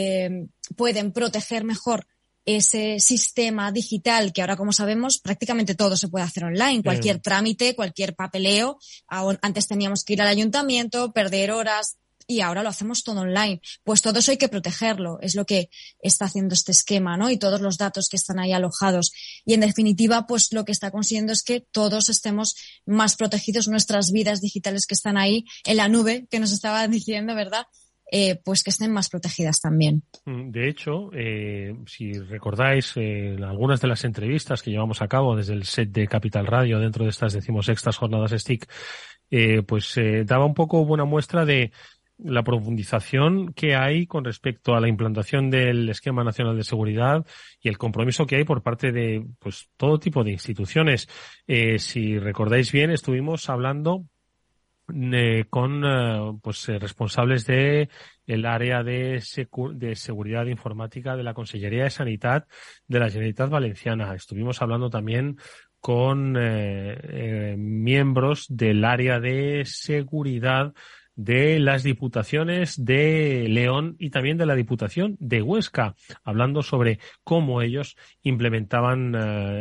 [SPEAKER 6] pueden proteger mejor ese sistema digital, que ahora, como sabemos, prácticamente todo se puede hacer online, cualquier trámite, cualquier papeleo. Antes teníamos que ir al ayuntamiento, perder horas, y ahora lo hacemos todo online. Pues todo eso hay que protegerlo, es lo que está haciendo este esquema, ¿no? Y todos los datos que están ahí alojados. Y en definitiva, pues lo que está consiguiendo es que todos estemos más protegidos, nuestras vidas digitales que están ahí en la nube, que nos estaba diciendo, ¿verdad? Pues que estén más protegidas también.
[SPEAKER 4] De hecho, si recordáis algunas de las entrevistas que llevamos a cabo desde el set de Capital Radio dentro de estas 16ª jornadas STIC, daba un poco buena muestra de la profundización que hay con respecto a la implantación del Esquema Nacional de Seguridad y el compromiso que hay por parte de pues todo tipo de instituciones. Si recordáis bien, estuvimos hablando con responsables de el área de seguridad informática de la Consellería de Sanidad de la Generalitat Valenciana. Estuvimos hablando también con miembros del área de seguridad de las diputaciones de León y también de la Diputación de Huesca, hablando sobre cómo ellos implementaban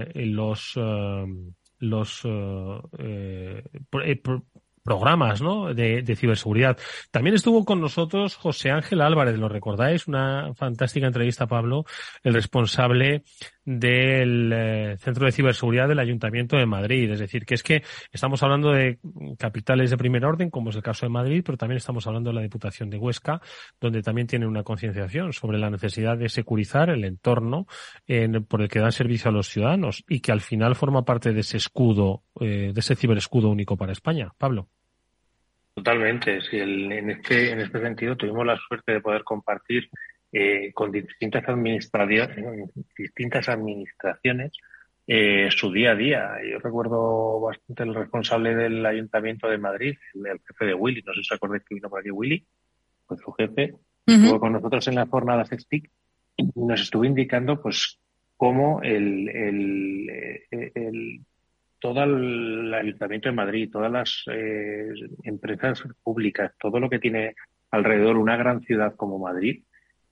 [SPEAKER 4] programas, ¿no? de ciberseguridad. También estuvo con nosotros José Ángel Álvarez, ¿lo recordáis? Una fantástica entrevista, Pablo, el responsable del Centro de Ciberseguridad del Ayuntamiento de Madrid. Es decir, que es que estamos hablando de capitales de primer orden, como es el caso de Madrid, pero también estamos hablando de la Diputación de Huesca, donde también tienen una concienciación sobre la necesidad de securizar el entorno por el que dan servicio a los ciudadanos y que al final forma parte de ese escudo, de ese ciberescudo único para España. Pablo.
[SPEAKER 5] Totalmente. Sí, en este sentido tuvimos la suerte de poder compartir con distintas administraciones su día a día. Yo recuerdo bastante el responsable del Ayuntamiento de Madrid, el jefe de Willy, no sé si os acordáis que vino por aquí Willy, pues su jefe, estuvo con nosotros en las jornadas STIC y nos estuvo indicando pues cómo todo el Ayuntamiento de Madrid, todas las empresas públicas, todo lo que tiene alrededor una gran ciudad como Madrid,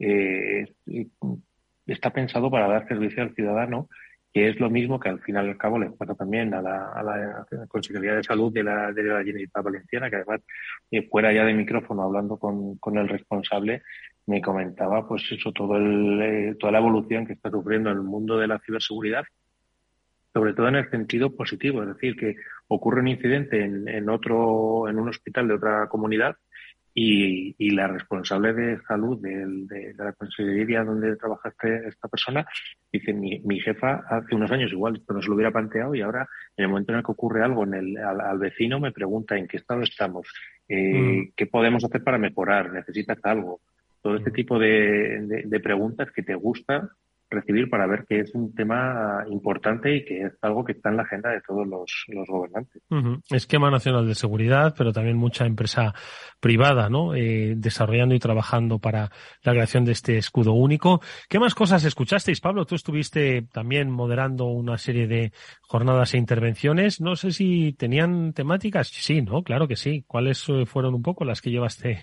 [SPEAKER 5] está pensado para dar servicio al ciudadano, que es lo mismo que al final y al cabo le pasa también a la Consejería de Salud de la Generalitat Valenciana, que además, fuera ya de micrófono, hablando con el responsable, me comentaba pues eso, toda la evolución que está sufriendo el mundo de la ciberseguridad, sobre todo en el sentido positivo, es decir, que ocurre un incidente en un hospital de otra comunidad y la responsable de salud de la consejería donde trabajaste esta persona dice, mi jefa hace unos años igual no se lo hubiera planteado y ahora en el momento en el que ocurre algo al vecino me pregunta en qué estado estamos, qué podemos hacer para mejorar, necesitas algo, todo este tipo de preguntas que te gusta recibir para ver que es un tema importante y que es algo que está en la agenda de todos los gobernantes.
[SPEAKER 4] Esquema Nacional de Seguridad, pero también mucha empresa privada, ¿no? Desarrollando y trabajando para la creación de este escudo único. ¿Qué más cosas escuchasteis, Pablo? Tú estuviste también moderando una serie de jornadas e intervenciones. No sé si tenían temáticas. Sí, ¿no? Claro que sí. ¿Cuáles fueron un poco las que llevaste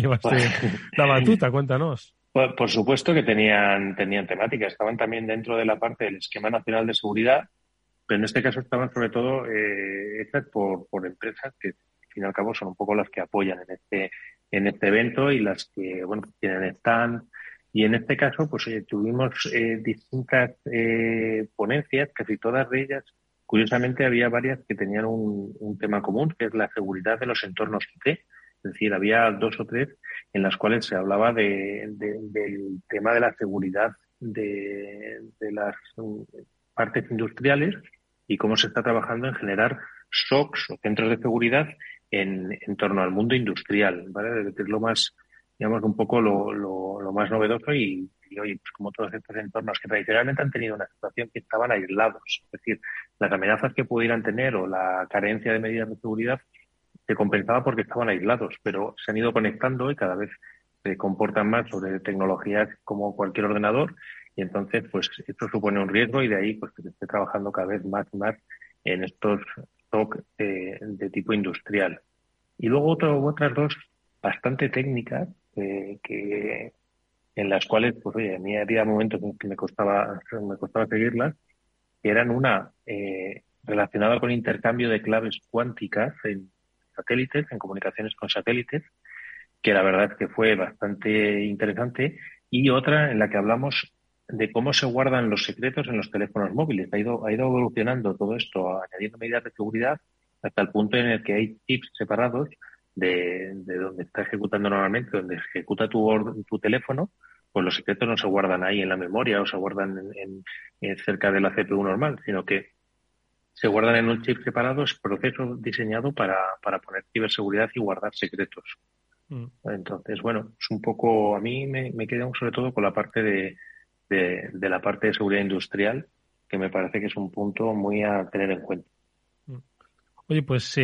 [SPEAKER 4] la batuta? Cuéntanos.
[SPEAKER 5] Por supuesto que tenían temática, estaban también dentro de la parte del Esquema Nacional de Seguridad, pero en este caso estaban sobre todo hechas por empresas que al fin y al cabo son un poco las que apoyan en este evento y las que tienen stand. Y en este caso pues tuvimos distintas ponencias, casi todas de ellas, curiosamente había varias que tenían un tema común, que es la seguridad de los entornos IT. Es decir, había 2 o 3 en las cuales se hablaba del tema de la seguridad de las partes industriales y cómo se está trabajando en generar SOCs o centros de seguridad en torno al mundo industrial, ¿vale? Que es lo más, digamos, un poco lo más novedoso y oye, pues como todos estos entornos que tradicionalmente han tenido una situación que estaban aislados. Es decir, las amenazas que pudieran tener o la carencia de medidas de seguridad se compensaba porque estaban aislados, pero se han ido conectando y cada vez se comportan más sobre tecnologías como cualquier ordenador y entonces pues esto supone un riesgo y de ahí pues que se esté trabajando cada vez más en estos SOC de tipo industrial. Y luego otras 2 bastante técnicas que en las cuales pues oye, a mí había momentos en que me costaba seguirlas, que eran una relacionada con intercambio de claves cuánticas en satélites, en comunicaciones con satélites, que la verdad es que fue bastante interesante, y otra en la que hablamos de cómo se guardan los secretos en los teléfonos móviles. Ha ido evolucionando todo esto, añadiendo medidas de seguridad hasta el punto en el que hay chips separados de donde está ejecutando normalmente, donde se ejecuta tu teléfono, pues los secretos no se guardan ahí en la memoria o se guardan en cerca de la CPU normal, sino que se guardan en un chip separado, es proceso diseñado para poner ciberseguridad y guardar secretos. Entonces, bueno, es un poco, a mí me quedé sobre todo con la parte de la parte de seguridad industrial, que me parece que es un punto muy a tener en cuenta.
[SPEAKER 4] Oye, pues,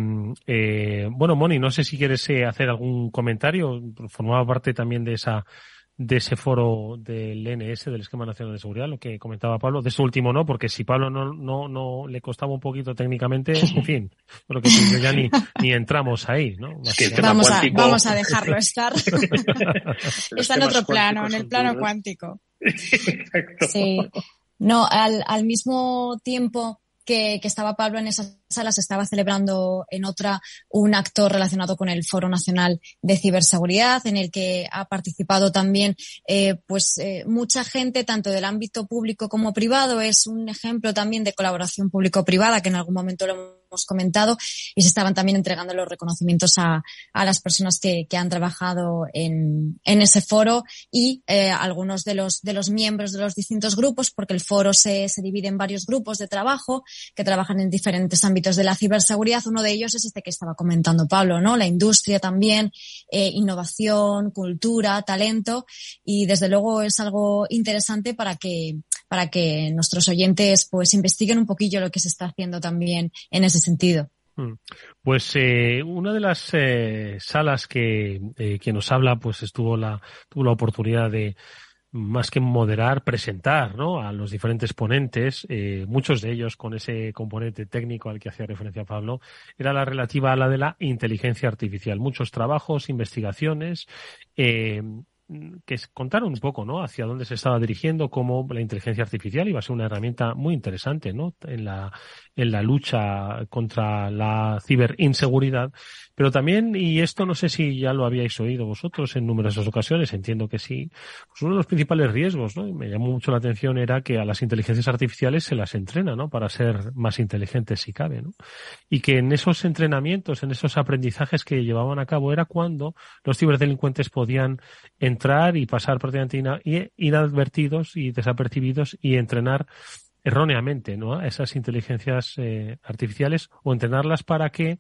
[SPEAKER 4] Moni, no sé si quieres hacer algún comentario. Formaba parte también de ese foro del NS, del Esquema Nacional de Seguridad, lo que comentaba Pablo. De eso último no, porque si Pablo no le costaba un poquito técnicamente, en fin, creo que ya ni entramos ahí, ¿no?
[SPEAKER 6] Vamos a dejarlo estar. Está en otro plano, en el plano cuántico.
[SPEAKER 5] Exacto.
[SPEAKER 6] Sí. No, al mismo tiempo que estaba Pablo en esa sala, se estaba celebrando en otra un acto relacionado con el Foro Nacional de Ciberseguridad, en el que ha participado también mucha gente, tanto del ámbito público como privado. Es un ejemplo también de colaboración público-privada, que en algún momento lo hemos comentado, y se estaban también entregando los reconocimientos a las personas que han trabajado en ese foro y algunos de los miembros de los distintos grupos, porque el foro se divide en varios grupos de trabajo que trabajan en diferentes ámbitos de la ciberseguridad. Uno de ellos es este que estaba comentando Pablo, ¿no? La industria también, innovación, cultura, talento, y desde luego es algo interesante para que nuestros oyentes pues investiguen un poquillo lo que se está haciendo también en ese sentido.
[SPEAKER 4] Pues una de las salas que nos habla pues tuvo la oportunidad de, más que moderar, presentar, ¿no?, a los diferentes ponentes, muchos de ellos con ese componente técnico al que hacía referencia Pablo, era la relativa a la de la inteligencia artificial. Muchos trabajos, investigaciones, contaron un poco, ¿no? Hacia dónde se estaba dirigiendo, cómo la inteligencia artificial iba a ser una herramienta muy interesante, ¿no? En la lucha contra la ciberinseguridad. Pero también, y esto no sé si ya lo habíais oído vosotros en numerosas ocasiones, entiendo que sí, pues uno de los principales riesgos, ¿no? Y me llamó mucho la atención era que a las inteligencias artificiales se las entrena, ¿no? Para ser más inteligentes si cabe, ¿no? Y que en esos entrenamientos, en esos aprendizajes que llevaban a cabo era cuando los ciberdelincuentes podían entrar y pasar prácticamente inadvertidos y desapercibidos y entrenar erróneamente, ¿no? A esas inteligencias artificiales o entrenarlas para que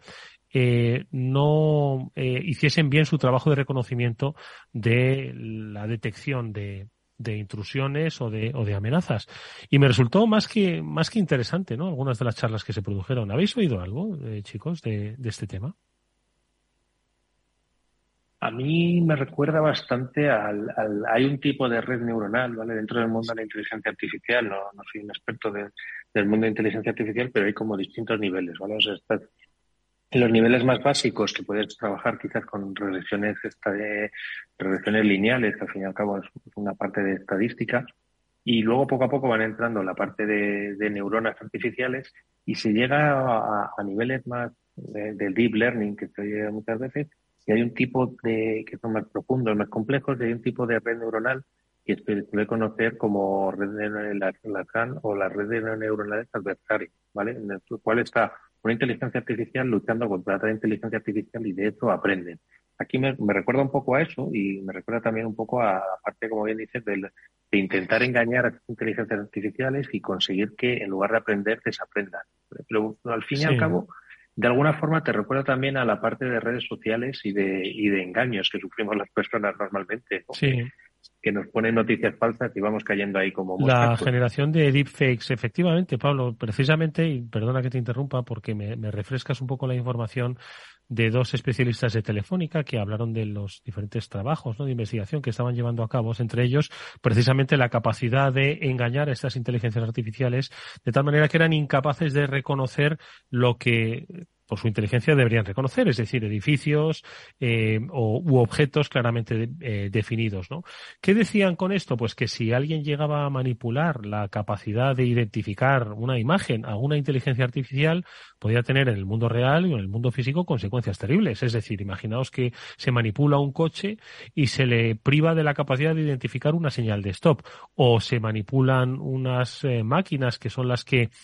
[SPEAKER 4] no hiciesen bien su trabajo de reconocimiento de la detección de intrusiones o de amenazas. Y me resultó más que interesante, ¿no? Algunas de las charlas que se produjeron. ¿Habéis oído algo, chicos, de este tema?
[SPEAKER 5] A mí me recuerda bastante hay un tipo de red neuronal, ¿vale? Dentro del mundo de la inteligencia artificial, no soy un experto del mundo de inteligencia artificial, pero hay como distintos niveles, ¿vale? O sea, en los niveles más básicos que puedes trabajar quizás con regresiones lineales, que al fin y al cabo es una parte de estadística, y luego poco a poco van entrando la parte de neuronas artificiales y se llega a niveles más del deep learning, que se oye muchas veces, y hay un tipo que son más profundos, más complejos, y hay un tipo de red neuronal que se suele conocer como red neuronal Lacan o la red de neuronales adversarias, ¿vale? En el cual está una inteligencia artificial luchando contra otra inteligencia artificial y de hecho aprenden. Aquí me recuerda un poco a eso y me recuerda también un poco a la parte, como bien dices, de intentar engañar a las inteligencias artificiales y conseguir que en lugar de aprender, desaprendan. Pero al fin y al cabo, de alguna forma te recuerda también a la parte de redes sociales y de engaños que sufrimos las personas normalmente, ¿no?
[SPEAKER 4] Sí.
[SPEAKER 5] Que nos ponen noticias falsas y vamos cayendo ahí como
[SPEAKER 4] moscas. La
[SPEAKER 5] pues.
[SPEAKER 4] generación de deepfakes, efectivamente, Pablo, precisamente, y perdona que te interrumpa porque me refrescas un poco la información de dos especialistas de Telefónica que hablaron de los diferentes trabajos, ¿no?, de investigación que estaban llevando a cabo, entre ellos precisamente la capacidad de engañar a estas inteligencias artificiales de tal manera que eran incapaces de reconocer lo que por su inteligencia deberían reconocer, es decir, edificios u objetos claramente definidos, ¿no? ¿Qué decían con esto? Pues que si alguien llegaba a manipular la capacidad de identificar una imagen a una inteligencia artificial, podía tener en el mundo real y en el mundo físico consecuencias terribles. Es decir, imaginaos que se manipula un coche y se le priva de la capacidad de identificar una señal de stop, o se manipulan unas máquinas que son las que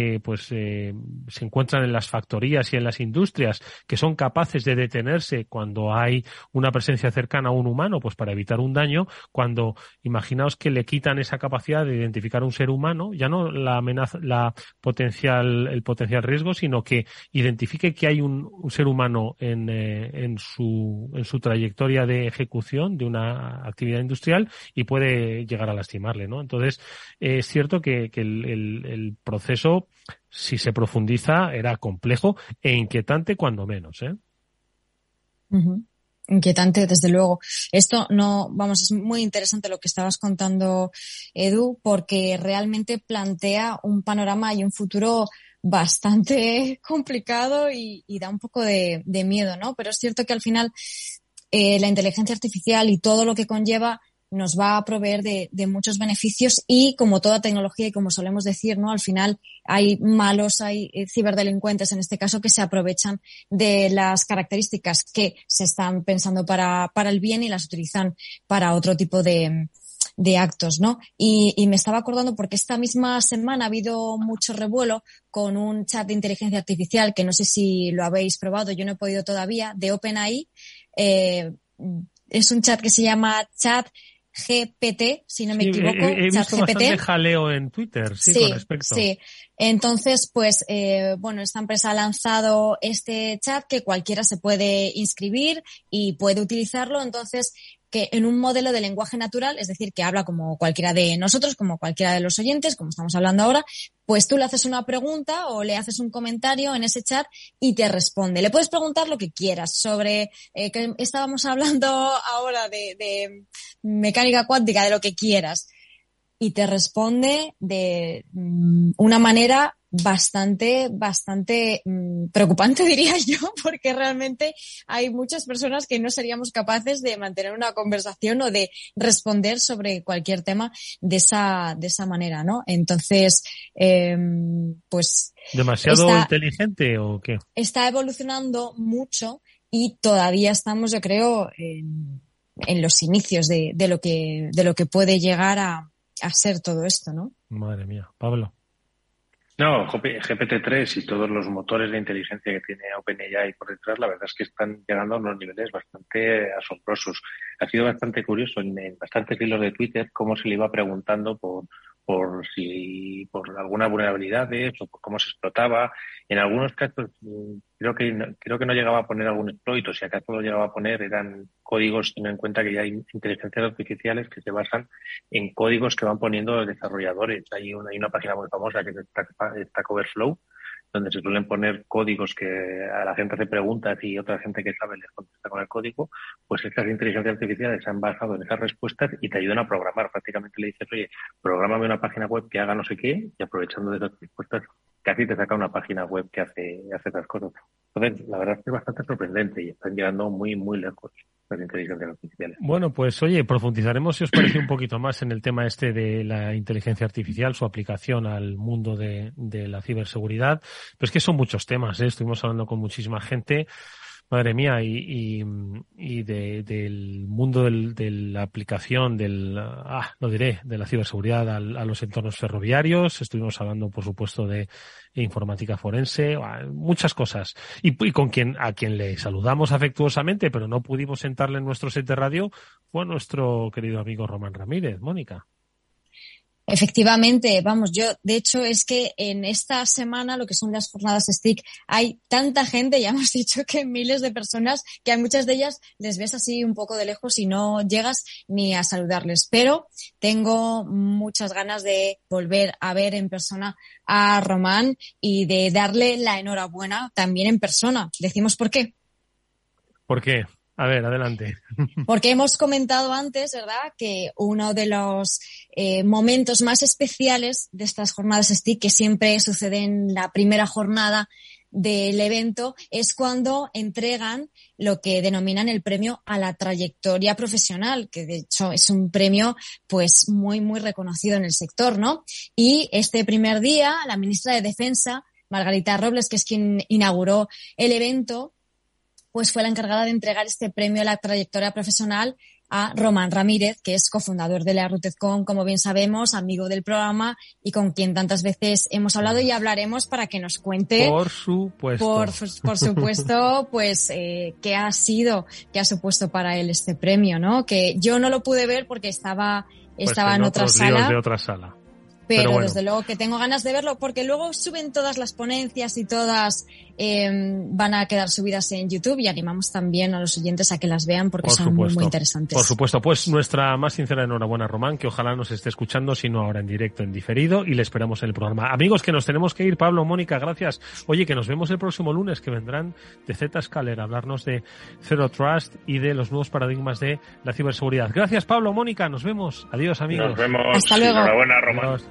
[SPEAKER 4] se encuentran en las factorías y en las industrias, que son capaces de detenerse cuando hay una presencia cercana a un humano, pues para evitar un daño. Cuando imaginaos que le quitan esa capacidad de identificar a un ser humano, ya no la amenaza, el potencial riesgo, sino que identifique que hay un ser humano en su trayectoria de ejecución de una actividad industrial y puede llegar a lastimarle, ¿no? Entonces, es cierto que el proceso, si se profundiza, era complejo e inquietante cuando menos, ¿eh?
[SPEAKER 6] Uh-huh. Inquietante, desde luego. Esto es muy interesante lo que estabas contando, Edu, porque realmente plantea un panorama y un futuro bastante complicado y da un poco de miedo, ¿no? Pero es cierto que al final la inteligencia artificial y todo lo que conlleva nos va a proveer de muchos beneficios y, como toda tecnología y como solemos decir, ¿no?, al final hay ciberdelincuentes en este caso que se aprovechan de las características que se están pensando para el bien y las utilizan para otro tipo de actos, ¿no? Y me estaba acordando porque esta misma semana ha habido mucho revuelo con un chat de inteligencia artificial que no sé si lo habéis probado, yo no he podido todavía, de OpenAI. Es un chat que se llama ChatGPT, si no me equivoco.
[SPEAKER 4] He visto bastante jaleo en Twitter, sí, con respecto.
[SPEAKER 6] Sí. Entonces, esta empresa ha lanzado este chat que cualquiera se puede inscribir y puede utilizarlo. Entonces, que en un modelo de lenguaje natural, es decir, que habla como cualquiera de nosotros, como cualquiera de los oyentes, como estamos hablando ahora, pues tú le haces una pregunta o le haces un comentario en ese chat y te responde. Le puedes preguntar lo que quieras sobre, que estábamos hablando ahora de mecánica cuántica, de lo que quieras. Y te responde de una manera bastante preocupante, diría yo, porque realmente hay muchas personas que no seríamos capaces de mantener una conversación o de responder sobre cualquier tema de esa manera, ¿no? Entonces, pues...
[SPEAKER 4] ¿Demasiado inteligente o qué?
[SPEAKER 6] Está evolucionando mucho y todavía estamos, yo creo, en los inicios de lo que puede llegar a ser todo esto, ¿no?
[SPEAKER 4] Madre mía. Pablo.
[SPEAKER 5] No, GPT-3 y todos los motores de inteligencia que tiene OpenAI por detrás, la verdad es que están llegando a unos niveles bastante asombrosos. Ha sido bastante curioso en bastantes hilos de Twitter cómo se le iba preguntando por alguna vulnerabilidades o por cómo se explotaba. En algunos casos creo que no llegaba a poner algún exploit, o si acaso lo llegaba a poner eran códigos, teniendo en cuenta que ya hay inteligencias artificiales que se basan en códigos que van poniendo desarrolladores. Hay una página muy famosa que es Stack Overflow, donde se suelen poner códigos que a la gente hace preguntas y otra gente que sabe les contesta con el código. Pues estas inteligencias artificiales se han basado en esas respuestas y te ayudan a programar. Prácticamente le dices, oye, prográmame una página web que haga no sé qué, y aprovechando de esas respuestas casi te saca una página web que hace esas cosas. Entonces, la verdad es que es bastante sorprendente y están llegando muy, muy lejos las inteligencias artificiales.
[SPEAKER 4] Bueno, pues oye, profundizaremos, si os parece, un poquito más en el tema este de la inteligencia artificial, su aplicación al mundo de la ciberseguridad. Pero es que son muchos temas, ¿eh? Estuvimos hablando con muchísima gente. Madre mía, y del mundo de la aplicación de la ciberseguridad a los entornos ferroviarios. Estuvimos hablando, por supuesto, de informática forense, muchas cosas. Y a quien le saludamos afectuosamente, pero no pudimos sentarle en nuestro set de radio, fue nuestro querido amigo Román Ramírez. Mónica.
[SPEAKER 6] Efectivamente, vamos, yo, de hecho, es que en esta semana, lo que son las jornadas STIC, hay tanta gente, ya hemos dicho que miles de personas, que a muchas de ellas les ves así un poco de lejos y no llegas ni a saludarles. Pero tengo muchas ganas de volver a ver en persona a Román y de darle la enhorabuena también en persona. ¿Decimos por qué?
[SPEAKER 4] ¿Por qué? A ver, adelante.
[SPEAKER 6] Porque hemos comentado antes, ¿verdad?, que uno de los momentos más especiales de estas jornadas STIC, que siempre sucede en la primera jornada del evento, es cuando entregan lo que denominan el premio a la trayectoria profesional, que de hecho es un premio pues muy, muy reconocido en el sector, ¿no? Y este primer día, la ministra de Defensa, Margarita Robles, que es quien inauguró el evento, pues fue la encargada de entregar este premio a la trayectoria profesional a Román Ramírez, que es cofundador de la RUTEZCON, como bien sabemos, amigo del programa y con quien tantas veces hemos hablado y hablaremos para que nos cuente.
[SPEAKER 4] Por supuesto.
[SPEAKER 6] Por supuesto, pues, qué ha supuesto para él este premio, ¿no? Que yo no lo pude ver porque estaba en otra sala.
[SPEAKER 4] De otra sala.
[SPEAKER 6] Pero
[SPEAKER 4] bueno,
[SPEAKER 6] desde luego que tengo ganas de verlo, porque luego suben todas las ponencias y todas van a quedar subidas en YouTube, y animamos también a los oyentes a que las vean porque son muy, muy interesantes.
[SPEAKER 4] Por supuesto, pues nuestra más sincera enhorabuena a Román, que ojalá nos esté escuchando, si no ahora en directo, en diferido, y le esperamos en el programa. Amigos, que nos tenemos que ir. Pablo, Mónica, gracias. Oye, que nos vemos el próximo lunes, que vendrán de Zscaler a hablarnos de Zero Trust y de los nuevos paradigmas de la ciberseguridad. Gracias, Pablo, Mónica, nos vemos. Adiós, amigos.
[SPEAKER 5] Nos vemos.
[SPEAKER 6] Hasta luego.
[SPEAKER 5] Enhorabuena, Román.
[SPEAKER 4] Adiós.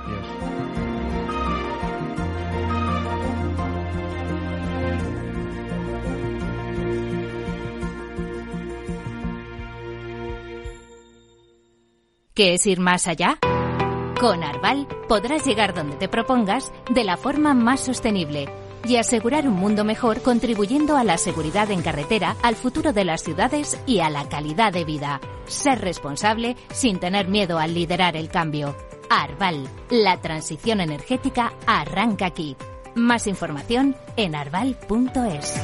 [SPEAKER 8] ¿Qué es ir más allá? Con Arval podrás llegar donde te propongas de la forma más sostenible y asegurar un mundo mejor, contribuyendo a la seguridad en carretera, al futuro de las ciudades y a la calidad de vida. Ser responsable sin tener miedo al liderar el cambio. Arval, la transición energética arranca aquí. Más información en arval.es.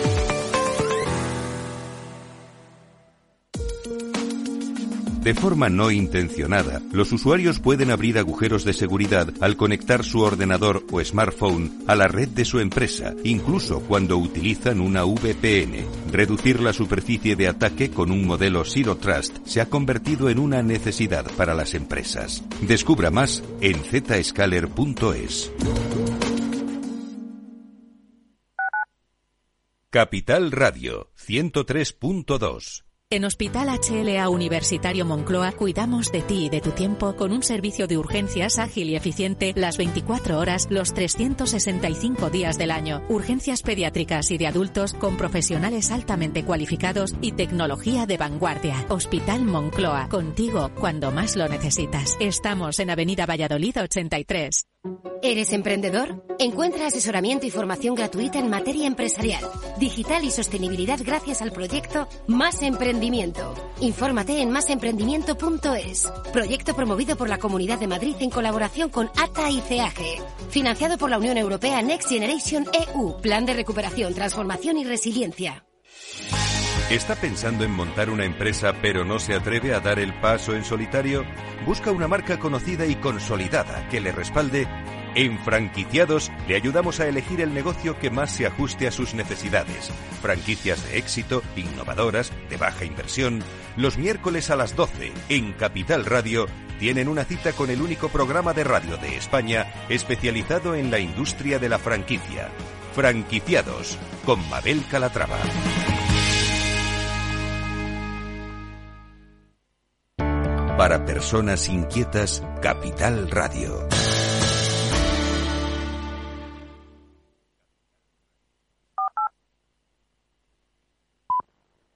[SPEAKER 3] De forma no intencionada, los usuarios pueden abrir agujeros de seguridad al conectar su ordenador o smartphone a la red de su empresa, incluso cuando utilizan una VPN. Reducir la superficie de ataque con un modelo Zero Trust se ha convertido en una necesidad para las empresas. Descubra más en zscaler.es. Capital Radio 103.2.
[SPEAKER 9] En Hospital HLA Universitario Moncloa cuidamos de ti y de tu tiempo con un servicio de urgencias ágil y eficiente las 24 horas, los 365 días del año. Urgencias pediátricas y de adultos con profesionales altamente cualificados y tecnología de vanguardia. Hospital Moncloa, contigo cuando más lo necesitas. Estamos en Avenida Valladolid 83.
[SPEAKER 2] ¿Eres emprendedor? Encuentra asesoramiento y formación gratuita en materia empresarial, digital y sostenibilidad gracias al proyecto Más Emprendimiento. Infórmate en másemprendimiento.es. Proyecto promovido por la Comunidad de Madrid en colaboración con ATA y CEAGE. Financiado por la Unión Europea Next Generation EU. Plan de recuperación, transformación y resiliencia.
[SPEAKER 3] ¿Está pensando en montar una empresa pero no se atreve a dar el paso en solitario? ¿Busca una marca conocida y consolidada que le respalde? En Franquiciados le ayudamos a elegir el negocio que más se ajuste a sus necesidades. Franquicias de éxito, innovadoras, de baja inversión. Los miércoles a las 12 en Capital Radio tienen una cita con el único programa de radio de España especializado en la industria de la franquicia. Franquiciados con Mabel Calatrava. Para personas inquietas, Capital Radio.